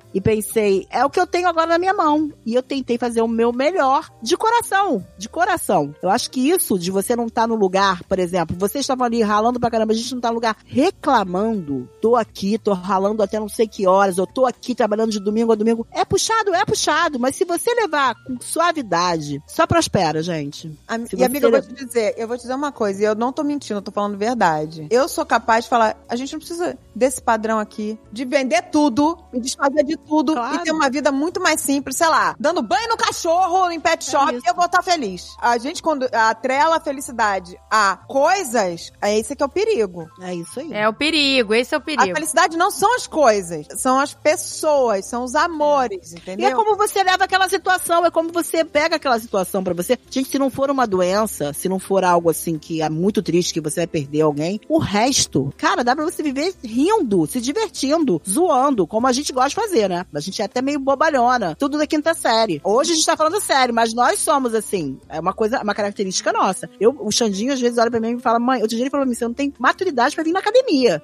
e pensei, é o que eu tenho agora na minha mão. E eu tentei fazer o meu melhor de coração, de coração. Eu acho que isso de você não estar no lugar, por exemplo, vocês estavam ali ralando pra caramba, a gente não tá no lugar reclamando, tô aqui, tô ralando até não sei que horas, eu tô aqui trabalhando de domingo a domingo. É puxado, é puxado, mas se você levar com suavidade, só prospera, gente. Am- Se e você amiga, eu vou levar- te dizer, eu vou te dizer uma coisa, e eu não tô mentindo, eu tô falando verdade. Eu sou capaz de falar, a gente não precisa desse padrão aqui, de vender tudo, me desfazer de tudo, Claro. e ter uma vida muito mais simples, sei lá, dando banho no cachorro, em pet shop, isso. eu vou estar feliz. A gente, quando atrela a felicidade a coisas, é esse que é o perigo. É isso aí. É o perigo, esse é o A perigo. felicidade não são as coisas, são as pessoas, são os amores, E entendeu? é como você leva aquela situação, é como você pega aquela situação pra você. Gente, se não for uma doença, se não for algo assim que é muito triste, que você vai perder alguém, o resto, cara, dá pra você viver rindo, se divertindo, zoando, como a gente gosta de fazer, né? A gente é até meio bobalhona, tudo da quinta série. Hoje a gente tá falando sério, mas nós somos assim, é uma coisa, uma característica nossa. Eu, o Xandinho às vezes olha pra mim e fala, mãe, outro dia ele falou pra mim, você não tem maturidade pra vir na academia.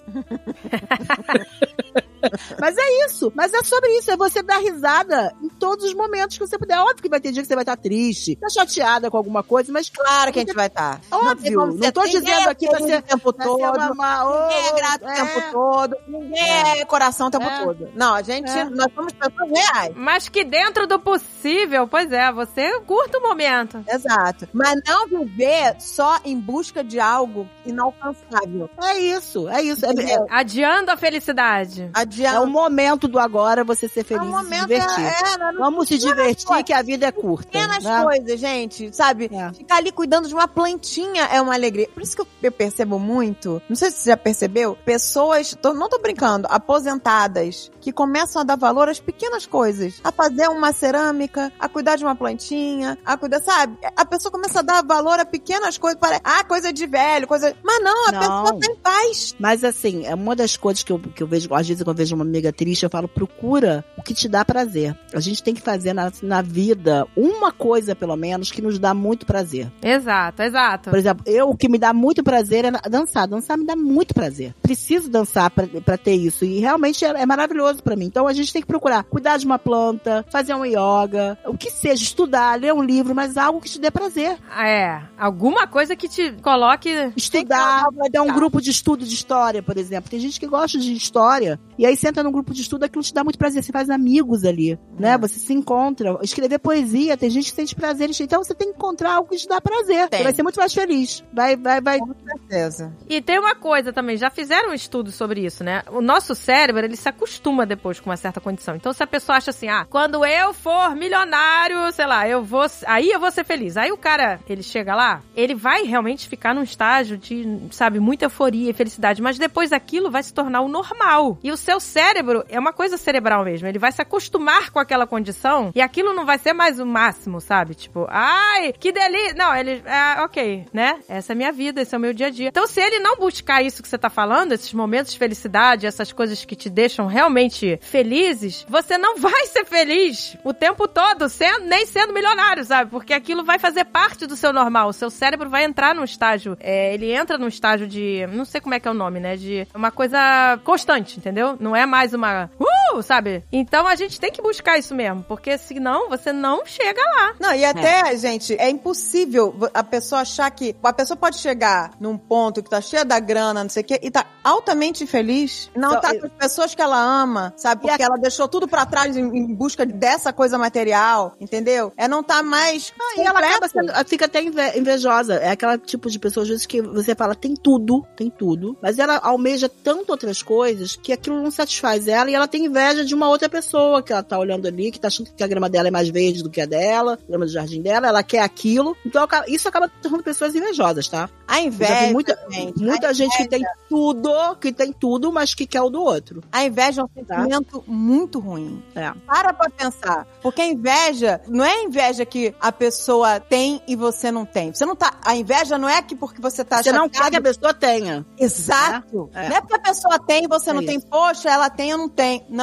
Mas é isso, mas é sobre isso, é você dar risada em todos os momentos que você puder. Óbvio que vai ter dia que você vai estar triste, tá chateada com alguma coisa, mas Claro que a gente vai estar. óbvio, não tô dizendo aqui pra ser o tempo pra ser todo. uma, uma, Ninguém é oh, grato o é, tempo todo. Ninguém é, coração o tempo É. todo. Não, a gente, É. nós somos pessoas reais. Mas que dentro do possível, pois é, você curta o momento. Exato. Mas não viver só em busca de algo inalcançável. É isso, é isso. É, é, Adiando a felicidade. é Adianta. o momento do agora você ser feliz É um e momento, se divertir. é, é, não- Vamos se divertir coisas. que a vida é curta. Pequenas né? coisas, gente, sabe? É. Ficar ali cuidando de uma plantinha é uma alegria. Por isso que eu, eu percebo muito, não sei se você já percebeu, pessoas, tô- não tô brincando, aposentadas, que começam a dar valor às pequenas coisas. A fazer uma cerâmica, a cuidar de uma plantinha, a cuidar, sabe? A pessoa começa a dar valor a pequenas coisas, para, ah, coisa de velho, coisa... Mas não, a Não. pessoa tem paz. Mas assim, é uma das coisas que eu, que eu vejo, às vezes quando eu vejo uma amiga triste, eu falo, procura o que te dá prazer. A gente tem que fazer na, na vida uma coisa, pelo menos, que nos dá muito prazer. Exato, exato. Por exemplo, eu, o que me dá muito prazer é na- dançar. Dançar me dá muito prazer. Preciso dançar pra, pra ter isso. E realmente é, é maravilhoso pra mim. Então a gente tem que procurar cuidar de uma planta, fazer um yoga, o que seja, estudar, ler um livro, mas algo que te dê prazer. É, alguma coisa que te coloque... Estudar, Tem que ter ter um uma grupo de estudo de história, por exemplo. Tem gente que gosta de história, e aí você entra num grupo de estudo, aquilo te dá muito prazer. Você faz amigos ali, né? Você se encontra. Escrever poesia, tem gente que sente prazer. Então você tem que encontrar algo que te dá prazer. Tem. Você vai ser muito mais feliz. Vai, vai, vai. Com certeza. E tem uma coisa também, já fizeram um estudo sobre isso, né? O nosso cérebro, ele se acostuma depois com uma certa condição. Então, se a pessoa acha assim, ah, quando eu for milionário, sei lá, eu vou... Aí eu vou ser feliz. Aí o cara, ele chega lá, ele vai realmente ficar num estágio de, sabe, muita euforia e felicidade, mas depois aquilo vai se tornar o normal. E o seu cérebro é uma coisa cerebral mesmo. Ele vai se acostumar com aquela condição e aquilo não vai ser mais o máximo, sabe? Tipo, ai, que delícia. Não, ele, ah, ok, né? Essa é a minha vida, esse é o meu dia a dia. Então, se ele não buscar isso que você tá falando, esses momentos de felicidade, essas coisas que te deixam realmente felizes, você não vai ser feliz o tempo todo, sendo, nem sendo milionário, sabe? Porque aquilo vai fazer parte do seu normal. O seu cérebro vai entrar num estágio, é, ele entra num estágio de, não sei como é que é o nome, né? De uma coisa constante, entendeu? Não é mais uma, uh, sabe? Então, a gente tem que buscar isso mesmo, porque senão você não chega lá. Não, e até, gente, é impossível a pessoa achar que... A pessoa pode chegar num ponto que tá cheia da grana, não sei o quê, e tá altamente feliz. Não Só- tá com as pessoas que ela ama, sabe? Porque ela deixou tudo pra trás em, em busca dessa coisa material, entendeu? É não tá mais E ela completo. acaba sendo, ela fica até inve- invejosa. É aquela tipo de pessoa, às vezes, que você fala, tem tudo, tem tudo, mas ela almeja tanto outras coisas que aquilo não satisfaz ela e ela tem inveja de uma outra pessoa que ela tá olhando ali, que tá achando que a grama dela é mais verde do que a dela, a grama do jardim dela, ela quer aquilo. Então, acaba- isso acaba tornando pessoas invejosas, tá? A Eu já inveja, vi muita, gente, muita a gente que tem tudo, que tem tudo, mas que quer o do outro. A inveja é um sentimento muito ruim. É. Para pra pensar. Porque a inveja não é a inveja que a pessoa tem e você não tem. Você não tá. A inveja não é que porque você tá Você não quer chateado. que a pessoa tenha. Exato. É. Não é porque a pessoa tem e você É não isso. tem. Poxa, ela tem, eu não tenho. Não.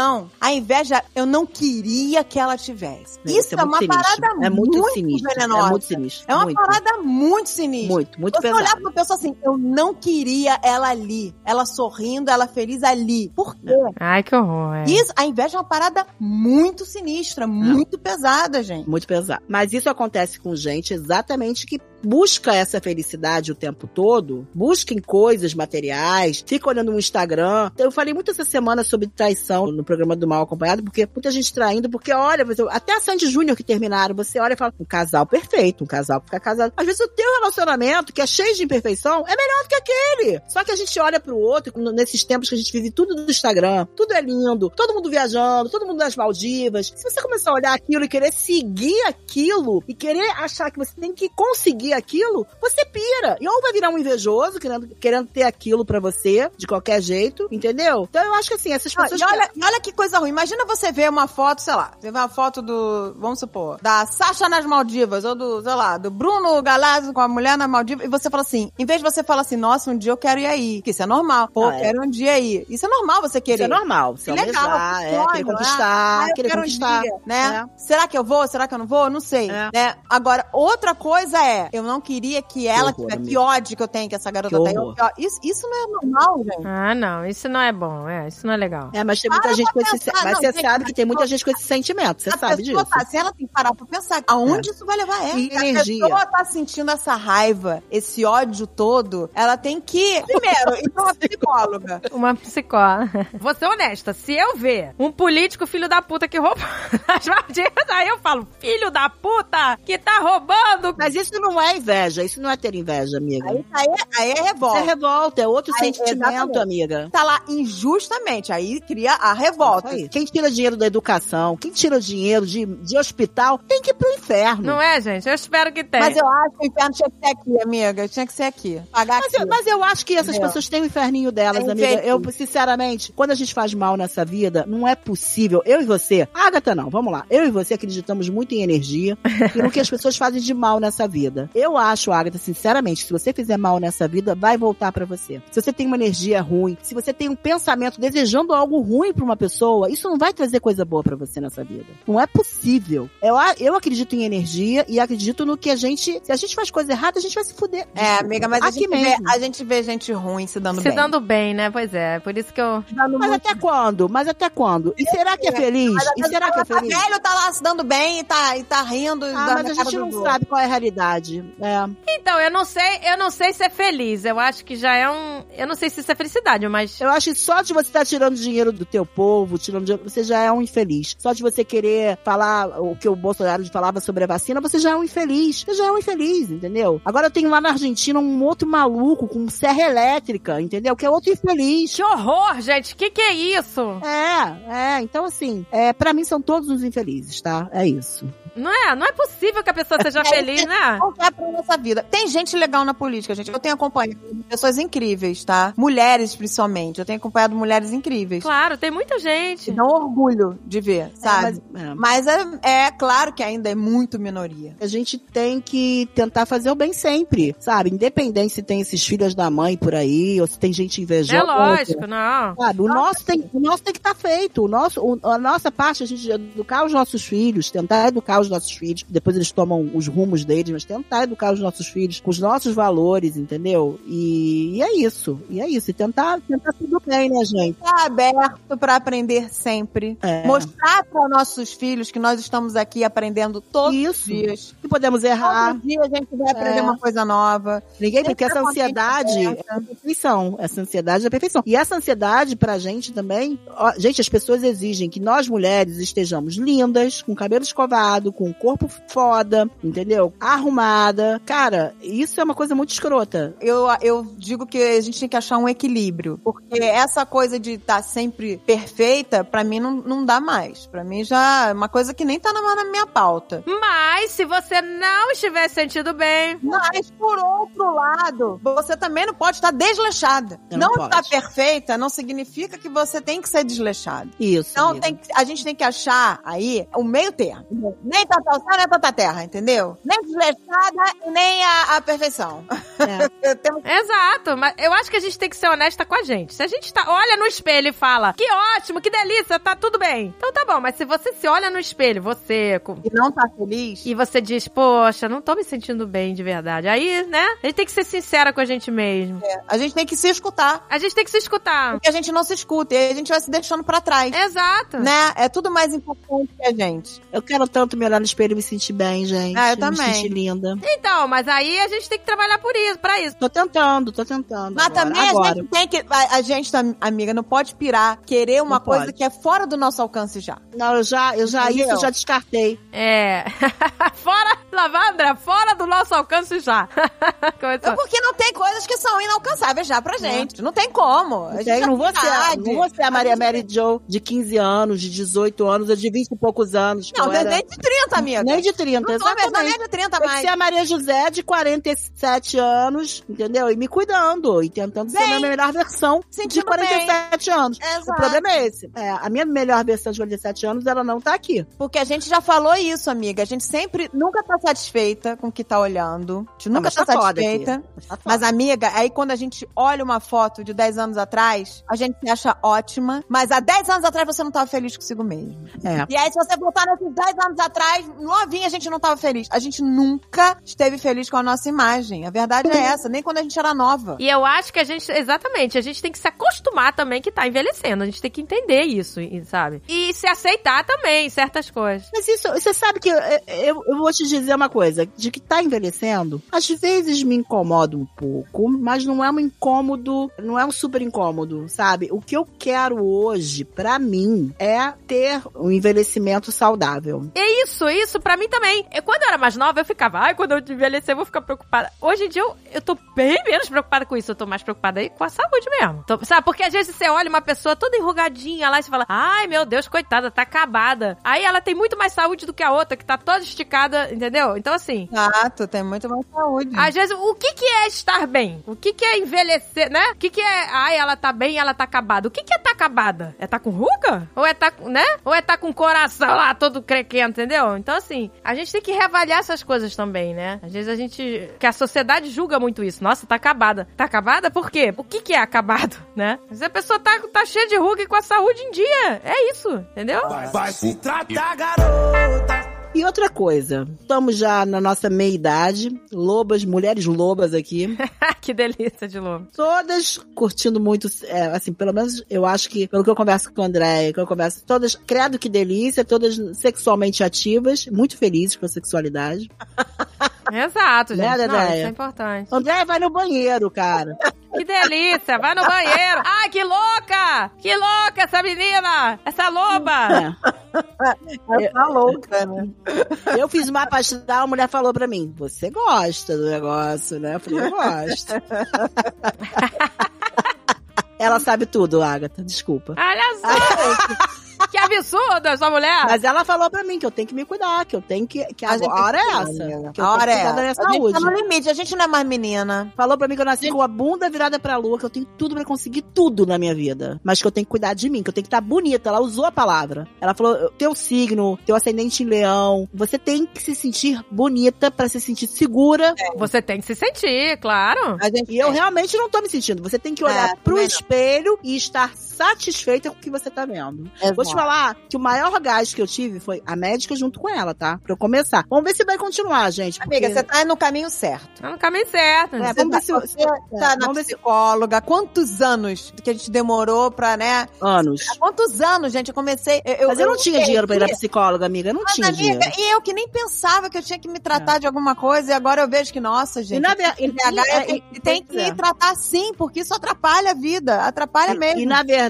não. A inveja, eu não queria que ela tivesse. Isso, Isso é é uma muito sinistro. parada É muito muito sinistro. venenosa. É muito sinistro. É uma muito. parada muito sinistra. Muito, muito Você pesado. olhar pra uma pessoa assim, eu não queria ela ali. Ela sorrindo, ela feliz ali. Por quê? Ai, que horror. É. Isso, a inveja é uma parada muito sinistra, muito pesada, gente. Muito pesado. Mas isso acontece com gente exatamente que busca essa felicidade o tempo todo, busca em coisas materiais, fica olhando no Instagram. Eu falei muito essa semana sobre traição no programa do Mal Acompanhado, porque muita gente traindo, porque olha, você, até a Sandy Júnior que terminaram, você olha e fala, um casal perfeito, um casal que fica casado. Às vezes o teu relacionamento, que é cheio de imperfeição, é melhor do que aquele. Só que a gente olha pro outro, nesses tempos que a gente vive tudo do Instagram, tudo é lindo, todo mundo viajando, todo mundo nas Maldivas. Se você começar a olhar aquilo e querer seguir aquilo, e querer achar que você tem que conseguir aquilo, você pira. E ou vai virar um invejoso, querendo, querendo ter aquilo pra você, de qualquer jeito, entendeu? Então eu acho que assim, essas pessoas... Ah, e, olha, e olha que coisa ruim. Imagina você ver uma foto, sei lá, você vê uma foto do, vamos supor, da Sasha nas Maldivas, ou do, sei lá, do Bruno Galazzi com a mulher na Maldivas, e você fala assim, em vez de você falar assim, nossa, um dia eu quero ir aí, que isso é normal. Pô, Ah, é. quero um dia ir. Isso é normal você querer. Isso é normal. Você Que legal, almejar, que é, sonho, querer né? conquistar, Ah, eu querer quero um conquistar. dia, né? É. Será que eu vou? Será que eu não vou? Não sei. É. Né? Agora, outra coisa é, eu não queria que ela horror, tivesse, amiga. que ódio que eu tenho que essa garota Que tem. horror. Isso, isso não é normal, gente. Ah, não. Isso não é bom. É, isso não é legal. É, mas tem muita Para gente pra com esse... pensar, Mas não, você gente, sabe que mas tem muita eu- gente com esse sentimento, você A sabe pessoa disso. tá, se ela tem que parar pra pensar, aonde isso vai levar ela? E Se a energia. pessoa tá sentindo essa raiva, esse ódio todo, ela tem que, primeiro, ir pra uma psicóloga. Uma psicóloga. Vou ser honesta, se eu ver um político filho da puta que rouba as Maldivas, aí eu falo, filho da puta que tá roubando. Mas isso não é inveja, isso não é ter inveja, amiga. Aí, aí, aí é Isso revolta. é revolta, é outro Aí, sentimento, exatamente. amiga. Tá lá injustamente, aí cria a revolta. Isso aí. Quem tira dinheiro da educação, quem tira dinheiro de, de hospital, tem que ir pro inferno. Não é, gente? Eu espero que tenha. Mas eu acho que o inferno tinha que ser aqui, amiga. Tinha que ser aqui. Pagar Mas aqui. eu, mas eu acho que essas Entendeu? pessoas têm o inferninho delas, Tem amiga. jeito. Eu, sinceramente, quando a gente faz mal nessa vida, não é possível. Eu e você, Agatha não, vamos lá. Eu e você acreditamos muito em energia e no que as pessoas fazem de mal nessa vida. Eu acho, Agatha, sinceramente, se você fizer mal nessa vida, vai voltar pra você. Se você tem uma energia ruim, se você tem um pensamento desejando algo ruim pra uma pessoa, isso não vai trazer coisa boa pra você nessa vida. Não é possível. Eu, eu acredito em energia e acredito no que a gente... Se a gente faz coisa errada, a gente vai se fuder. É, amiga, mas a Aqui gente, vê, mesmo. a gente vê gente ruim se dando Se bem. dando bem, né? Pois é. Por isso que eu... Dando Mas muito até quando? Mas até quando? E será que é feliz? Mas às E vezes será que é ela tá feliz? velho, tá lá se dando bem e tá, e tá rindo. e Ah, dando mas a na cara gente do não outro. sabe qual é a realidade. É. Então, eu não sei, eu não sei se é feliz. Eu acho que já é um... Eu não sei se isso é felicidade, mas... Eu acho que só de você estar tirando dinheiro do teu povo, tirando dinheiro, você já é um infeliz. Só de você querer falar o que o Bolsonaro falava sobre a vacina, você já é um infeliz. Você já é um infeliz, entendeu? Agora eu tenho lá na Argentina um outro maluco com serra elétrica, entendeu? Que é outro infeliz. Que horror, gente! Que que é isso? É, é. Então, assim, é, pra mim são todos uns infelizes, tá? É isso. Não é? Não é possível que a pessoa seja feliz, né? Não é pra nossa vida. Tem gente legal na política, gente. Eu tenho acompanhado pessoas incríveis, tá? Mulheres, principalmente. Eu tenho acompanhado mulheres incríveis. Claro, tem muita gente. Dá um orgulho de ver, sabe? É, mas, é. Mas é, é claro que ainda é muito minoria. A gente tem que tentar fazer o bem sempre, sabe? Independente se tem esses filhos da mãe por aí, ou se tem gente invejosa. É lógico, não. Sabe? O nosso tem, o nosso tem que estar feito. O nosso, o, a nossa parte, a gente educar os nossos filhos, tentar educar os nossos filhos, depois eles tomam os rumos deles, mas tentar educar os nossos filhos com os nossos valores, entendeu? E, e é isso. E é isso. E tentar, tentar tudo bem, né, gente? Tá aberto pra aprender sempre. É. Mostrar para nossos filhos que nós estamos aqui aprendendo todos Isso. os dias. E podemos errar. Todo dia a gente vai aprender É. uma coisa nova. Ninguém, porque essa Sempre ansiedade acontece. é a perfeição. Essa ansiedade é a perfeição. E essa ansiedade pra gente também, ó, gente, as pessoas exigem que nós mulheres estejamos lindas, com cabelo escovado, com corpo foda, entendeu? Arrumada. Cara, isso é uma coisa muito escrota. Eu, eu digo que a gente tem que achar um equilíbrio. Porque essa coisa de estar sempre perfeita, pra mim não, não dá mais. Pra mim já é uma coisa que nem tá na, na minha pauta. Mas se você não estiver sentindo bem. Mas, por outro lado, você também não pode estar desleixada. Não Não, pode. estar perfeita não significa que você tem que ser desleixada. Isso. Então, amiga. tem que- a gente tem que achar aí o meio termo. Nem tanta alçada, nem tanta terra, entendeu? Nem desleixada e nem a, a perfeição. É. Temos- Exato, mas eu acho que a gente tem que ser honesta com a gente. Se a gente tá, olha no espelho e fala, que ótimo, que delícia, tá tudo bem. Então tá bom, mas se você se olha no espelho, você... com- E não tá feliz? E você diz, poxa, não tô me sentindo bem de verdade. Aí, né, a gente tem que ser sincera com a gente mesmo. A gente tem que se escutar. A gente tem que se escutar. Porque a gente não se escuta. E aí a gente vai se deixando pra trás. Exato. Né? É tudo mais importante que a gente. Eu quero tanto me olhar no espelho e me sentir bem, gente. Ah, eu Me também. sentir linda. Então, mas aí a gente tem que trabalhar por isso, pra isso. Tô tentando, tô tentando. Mas agora, também agora. a gente tem que. A, a gente, tá, amiga, não pode pirar, querer uma Não coisa pode. que é fora do nosso alcance já. Não, eu já, eu já, Entendeu? isso eu já descartei. É. Fora, Lavandra, fora do nosso alcance já. Começou. Porque não tem coisas que são inalcançáveis já pra gente. Não tem como. A Não, gente tem, já não, vou tem ser, idade. não vou ser a Maria gente- Mary Jo de quinze anos, de dezoito anos, ou de vinte e poucos anos. que Não, eu nem era... nem de trinta, amiga. Nem de trinta, Não tô mesmo, exatamente. nem de trinta Tem que mais. ser a Maria José de quarenta e sete anos, entendeu? E me cuidando, e tentando ser a minha Bem, melhor versão de sentindo quarenta e sete anos. Exato. O problema é esse. É, a minha melhor versão de quarenta e sete anos, ela não tá aqui. Porque a gente já falou isso, amiga. A gente sempre nunca tá satisfeita com o que tá olhando. A gente nunca mas tá, tá foda satisfeita. aqui. Mas tá foda. Mas, amiga, aí quando a gente olha uma foto de dez anos atrás, a gente se acha ótima. Mas há dez anos atrás você não tava feliz consigo mesmo. É. E aí, se você voltar nesses dez anos atrás, novinha, a gente não tava feliz. A gente nunca esteve feliz com a nossa imagem. A verdade é essa. Nem quando a gente era nova. E eu acho que a gente, exatamente, a gente tem que se acostumar também que tá envelhecendo. A gente tem que entender isso, e- sabe? E se aceitar também, certas coisas. Mas isso, você sabe que eu, eu, eu vou te dizer uma coisa, de que tá envelhecendo, às vezes me incomoda um pouco, mas não é um incômodo, não é um super incômodo, sabe? O que eu quero hoje, pra mim, é ter um envelhecimento saudável. É isso, isso, pra mim também. Eu, quando eu era mais nova, eu ficava, ai, quando eu envelhecer, eu vou ficar preocupada. Hoje em dia, eu, eu tô bem menos preocupada com isso. Eu tô mais preocupada aí com a saúde mesmo. Tô- sabe? Porque às vezes você olha uma pessoa toda enrugadinha lá e você fala, ai, meu Deus, coitada, tá acabada. Aí ela tem muito mais saúde do que a outra, que tá toda esticada, entendeu? Então, assim, Exato, tem muito mais saúde. às vezes, o que que é estar bem? O que que é envelhecer, né? O que que é, ai, ela tá bem, ela tá acabada. O que que é tá acabada? É tá com ruga? Ou é tá, com- né? Ou é tá com o coração lá todo crequento, entendeu? Então, assim, a gente tem que reavaliar essas coisas também, né? Às vezes a gente, que a sociedade julga muito isso. Nossa, tá acabada. Tá acabada por quê? O que que é acabado, né? Às vezes a pessoa tá, tá cheia de ruga e com a saúde em dia. É isso, entendeu? Vai, vai se tratar, garota. E outra coisa, estamos já na nossa meia-idade, lobas, mulheres lobas aqui, Que delícia de lobo. todas curtindo muito, é, assim, pelo menos eu acho que, pelo que eu converso com o André, que eu converso, todas, credo que delícia, todas sexualmente ativas, muito felizes com a sexualidade. Exato, gente. Né, Não, Dedéia? isso é importante. André vai no banheiro, cara. Que delícia, vai no banheiro. Ai, que louca! Que louca essa menina! Essa loba! É. Tá louca, né? Eu fiz mapa astral, a mulher falou pra mim, você gosta do negócio, né? Eu falei, eu gosto. Ela sabe tudo, Agatha, desculpa. Olha só! Que absurdo essa mulher! Mas ela falou pra mim que eu tenho que me cuidar, que eu tenho que... que A gente a hora é tem que essa. cuidar, amiga. Que eu A hora tenho que é cuidar da minha essa. A gente saúde. tá no limite, a gente não é mais menina. Falou pra mim que eu nasci com a bunda virada pra lua, que eu tenho tudo pra conseguir tudo na minha vida. Mas que eu tenho que cuidar de mim, que eu tenho que estar bonita. Ela usou a palavra. Ela falou, teu signo, teu ascendente em leão, você tem que se sentir bonita pra se sentir segura. Você tem que se sentir, claro. A gente E eu realmente não tô me sentindo. Você tem que olhar É, pro também não. espelho e estar satisfeita com o que você tá vendo. Exato. Vou te falar que o maior gás que eu tive foi a médica junto com ela, tá? Pra eu começar. Vamos ver se vai continuar, gente. porque- Amiga, você tá no caminho certo. Tá no caminho certo. É, Você vamos tá, ver se eu- você tá na vamos ver se- psicóloga. Quantos anos que a gente demorou pra, né? Anos. Quantos anos, gente? Eu comecei... Eu, Mas eu não tinha perdi. dinheiro pra ir na psicóloga, amiga. Eu não Mas, tinha amiga, dinheiro. e eu que nem pensava que eu tinha que me tratar de alguma coisa, e agora eu vejo que, nossa, gente, E na ver- T D A H e- tem, e- tem pois que é. tratar sim, porque isso atrapalha a vida, atrapalha mesmo. E, e na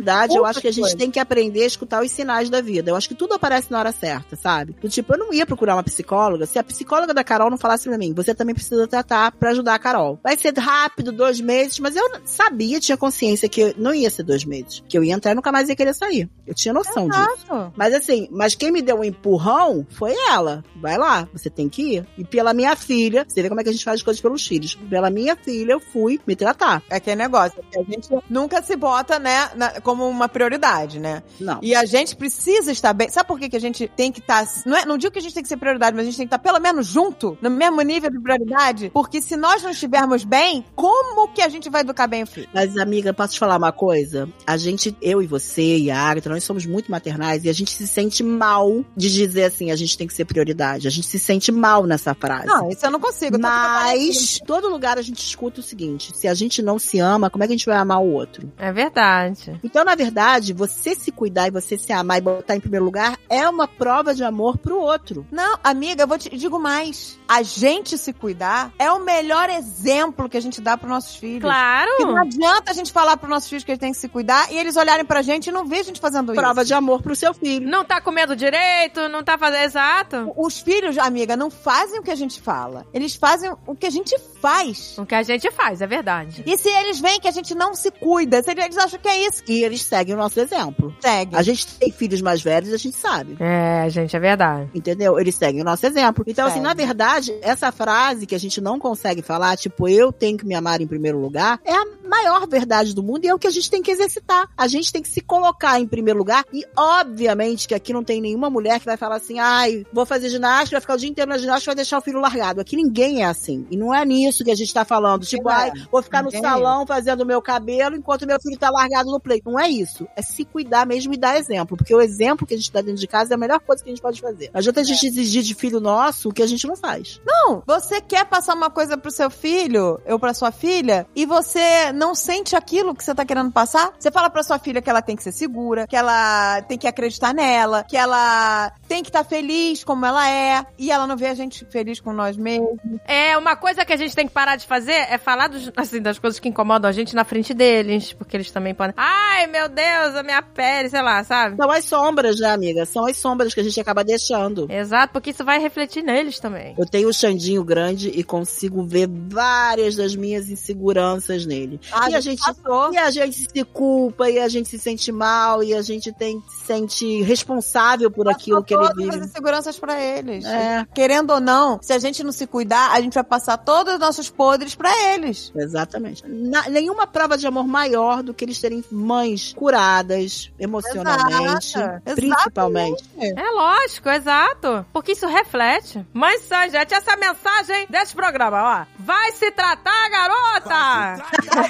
verdade, eu Outra acho que a gente coisa. tem que aprender a escutar os sinais da vida. Eu acho que tudo aparece na hora certa, sabe? Do tipo, eu não ia procurar uma psicóloga se a psicóloga da Carol não falasse pra mim, você também precisa tratar pra ajudar a Carol. Vai ser rápido, dois meses, mas eu sabia, tinha consciência que não ia ser dois meses. Que eu ia entrar e nunca mais ia querer sair. Eu tinha noção disso. Exato. Mas assim, mas quem me deu um empurrão foi ela. Vai lá, você tem que ir. E pela minha filha, você vê como é que a gente faz as coisas pelos filhos. Pela minha filha, eu fui me tratar. É aquele negócio, que a gente nunca se bota, né, na- como uma prioridade, né? Não. E a gente precisa estar bem. Sabe por que, que a gente tem que estar... não, é, não digo que a gente tem que ser prioridade, mas a gente tem que estar pelo menos junto, no mesmo nível de prioridade, porque se nós não estivermos bem, como que a gente vai educar bem o filho? Mas, amiga, posso te falar uma coisa? A gente, eu e você e a Agatha, nós somos muito maternais e a gente se sente mal de dizer assim, a gente tem que ser prioridade. A gente se sente mal nessa frase. Não, isso eu não consigo. Tanto que eu falei assim, Mas, todo lugar a gente escuta o seguinte, se a gente não se ama, como é que a gente vai amar o outro? É verdade. Então, na verdade, você se cuidar e você se amar e botar em primeiro lugar é uma prova de amor pro outro. Não, amiga, eu vou te digo mais. A gente se cuidar é o melhor exemplo que a gente dá pros nossos filhos. Claro. Porque não adianta a gente falar pros nossos filhos que eles têm que se cuidar e eles olharem pra gente e não ver a gente fazendo Prova isso. de amor pro seu filho. Não tá comendo direito, não tá fazendo... Exato. Os filhos, amiga, não fazem o que a gente fala. Eles fazem o que a gente faz. O que a gente faz, é verdade. E se eles veem que a gente não se cuida, se eles acham que é isso, E eles seguem o nosso exemplo. segue. A gente tem filhos mais velhos, a gente sabe. É, gente, é verdade. Entendeu? Eles seguem o nosso exemplo. Então, assim, Segue. na verdade, essa frase que a gente não consegue falar, tipo, eu tenho que me amar em primeiro lugar, é a maior verdade do mundo e é o que a gente tem que exercitar. A gente tem que se colocar em primeiro lugar e, obviamente, que aqui não tem nenhuma mulher que vai falar assim, ai, vou fazer ginástica, vai ficar o dia inteiro na ginástica e vai deixar o filho largado. Aqui ninguém é assim. E não é nisso que a gente tá falando. Tipo, É. ai, vou ficar Ninguém no salão fazendo o meu cabelo enquanto meu filho tá largado no play. Não é isso. É se cuidar mesmo e dar exemplo. Porque o exemplo que a gente dá dentro de casa é a melhor coisa que a gente pode fazer. Não adianta a gente exigir de filho nosso o que a gente não faz. Não, você quer passar uma coisa pro seu filho ou pra sua filha e você não sente aquilo que você tá querendo passar? Você fala pra sua filha que ela tem que ser segura, que ela tem que acreditar nela, que ela tem que estar feliz como ela é e ela não vê a gente feliz com nós mesmos. É, uma coisa que a gente tem que parar de fazer é falar dos, assim, das coisas que incomodam a gente na frente deles, porque eles também podem... Ai, meu Deus, a minha pele, sei lá, sabe? São as sombras, né, amiga? São as sombras que a gente acaba deixando. Exato, porque isso vai refletir neles também. Eu tenho o Xandinho grande e consigo ver várias das minhas inseguranças nele. Ah, e, a gente, passou. e a gente se culpa, e a gente se sente mal, e a gente tem, se sente responsável por aquilo que ele Todas vive. as inseguranças pra eles. É. Querendo ou não, se a gente não se cuidar, a gente vai passar todos os nossos podres pra eles. Exatamente. Na- nenhuma prova de amor maior do que eles terem mães curadas emocionalmente, Exato. principalmente. É lógico, exato. Porque isso reflete. Mãe Sã, gente, essa mensagem desse programa, ó. Vai se tratar, garota!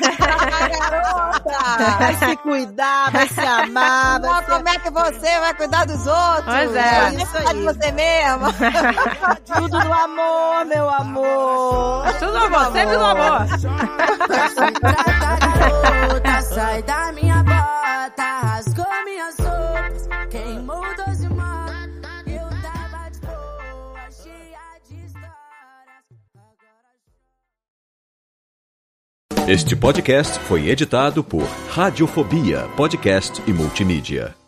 Ah, garota! Vai se cuidar, vai se amar, vai Não, se... como é que você vai cuidar dos outros? Pois é. Você Isso cuidar aí. de você mesmo. Tudo no amor, meu amor. Tudo amor, sempre do amor. Garota, sai da minha bota, rasgou minhas roupas, queimou doze malas. Eu tava de boa, cheia de histórias. Este podcast foi editado por Radiofobia, podcast e multimídia.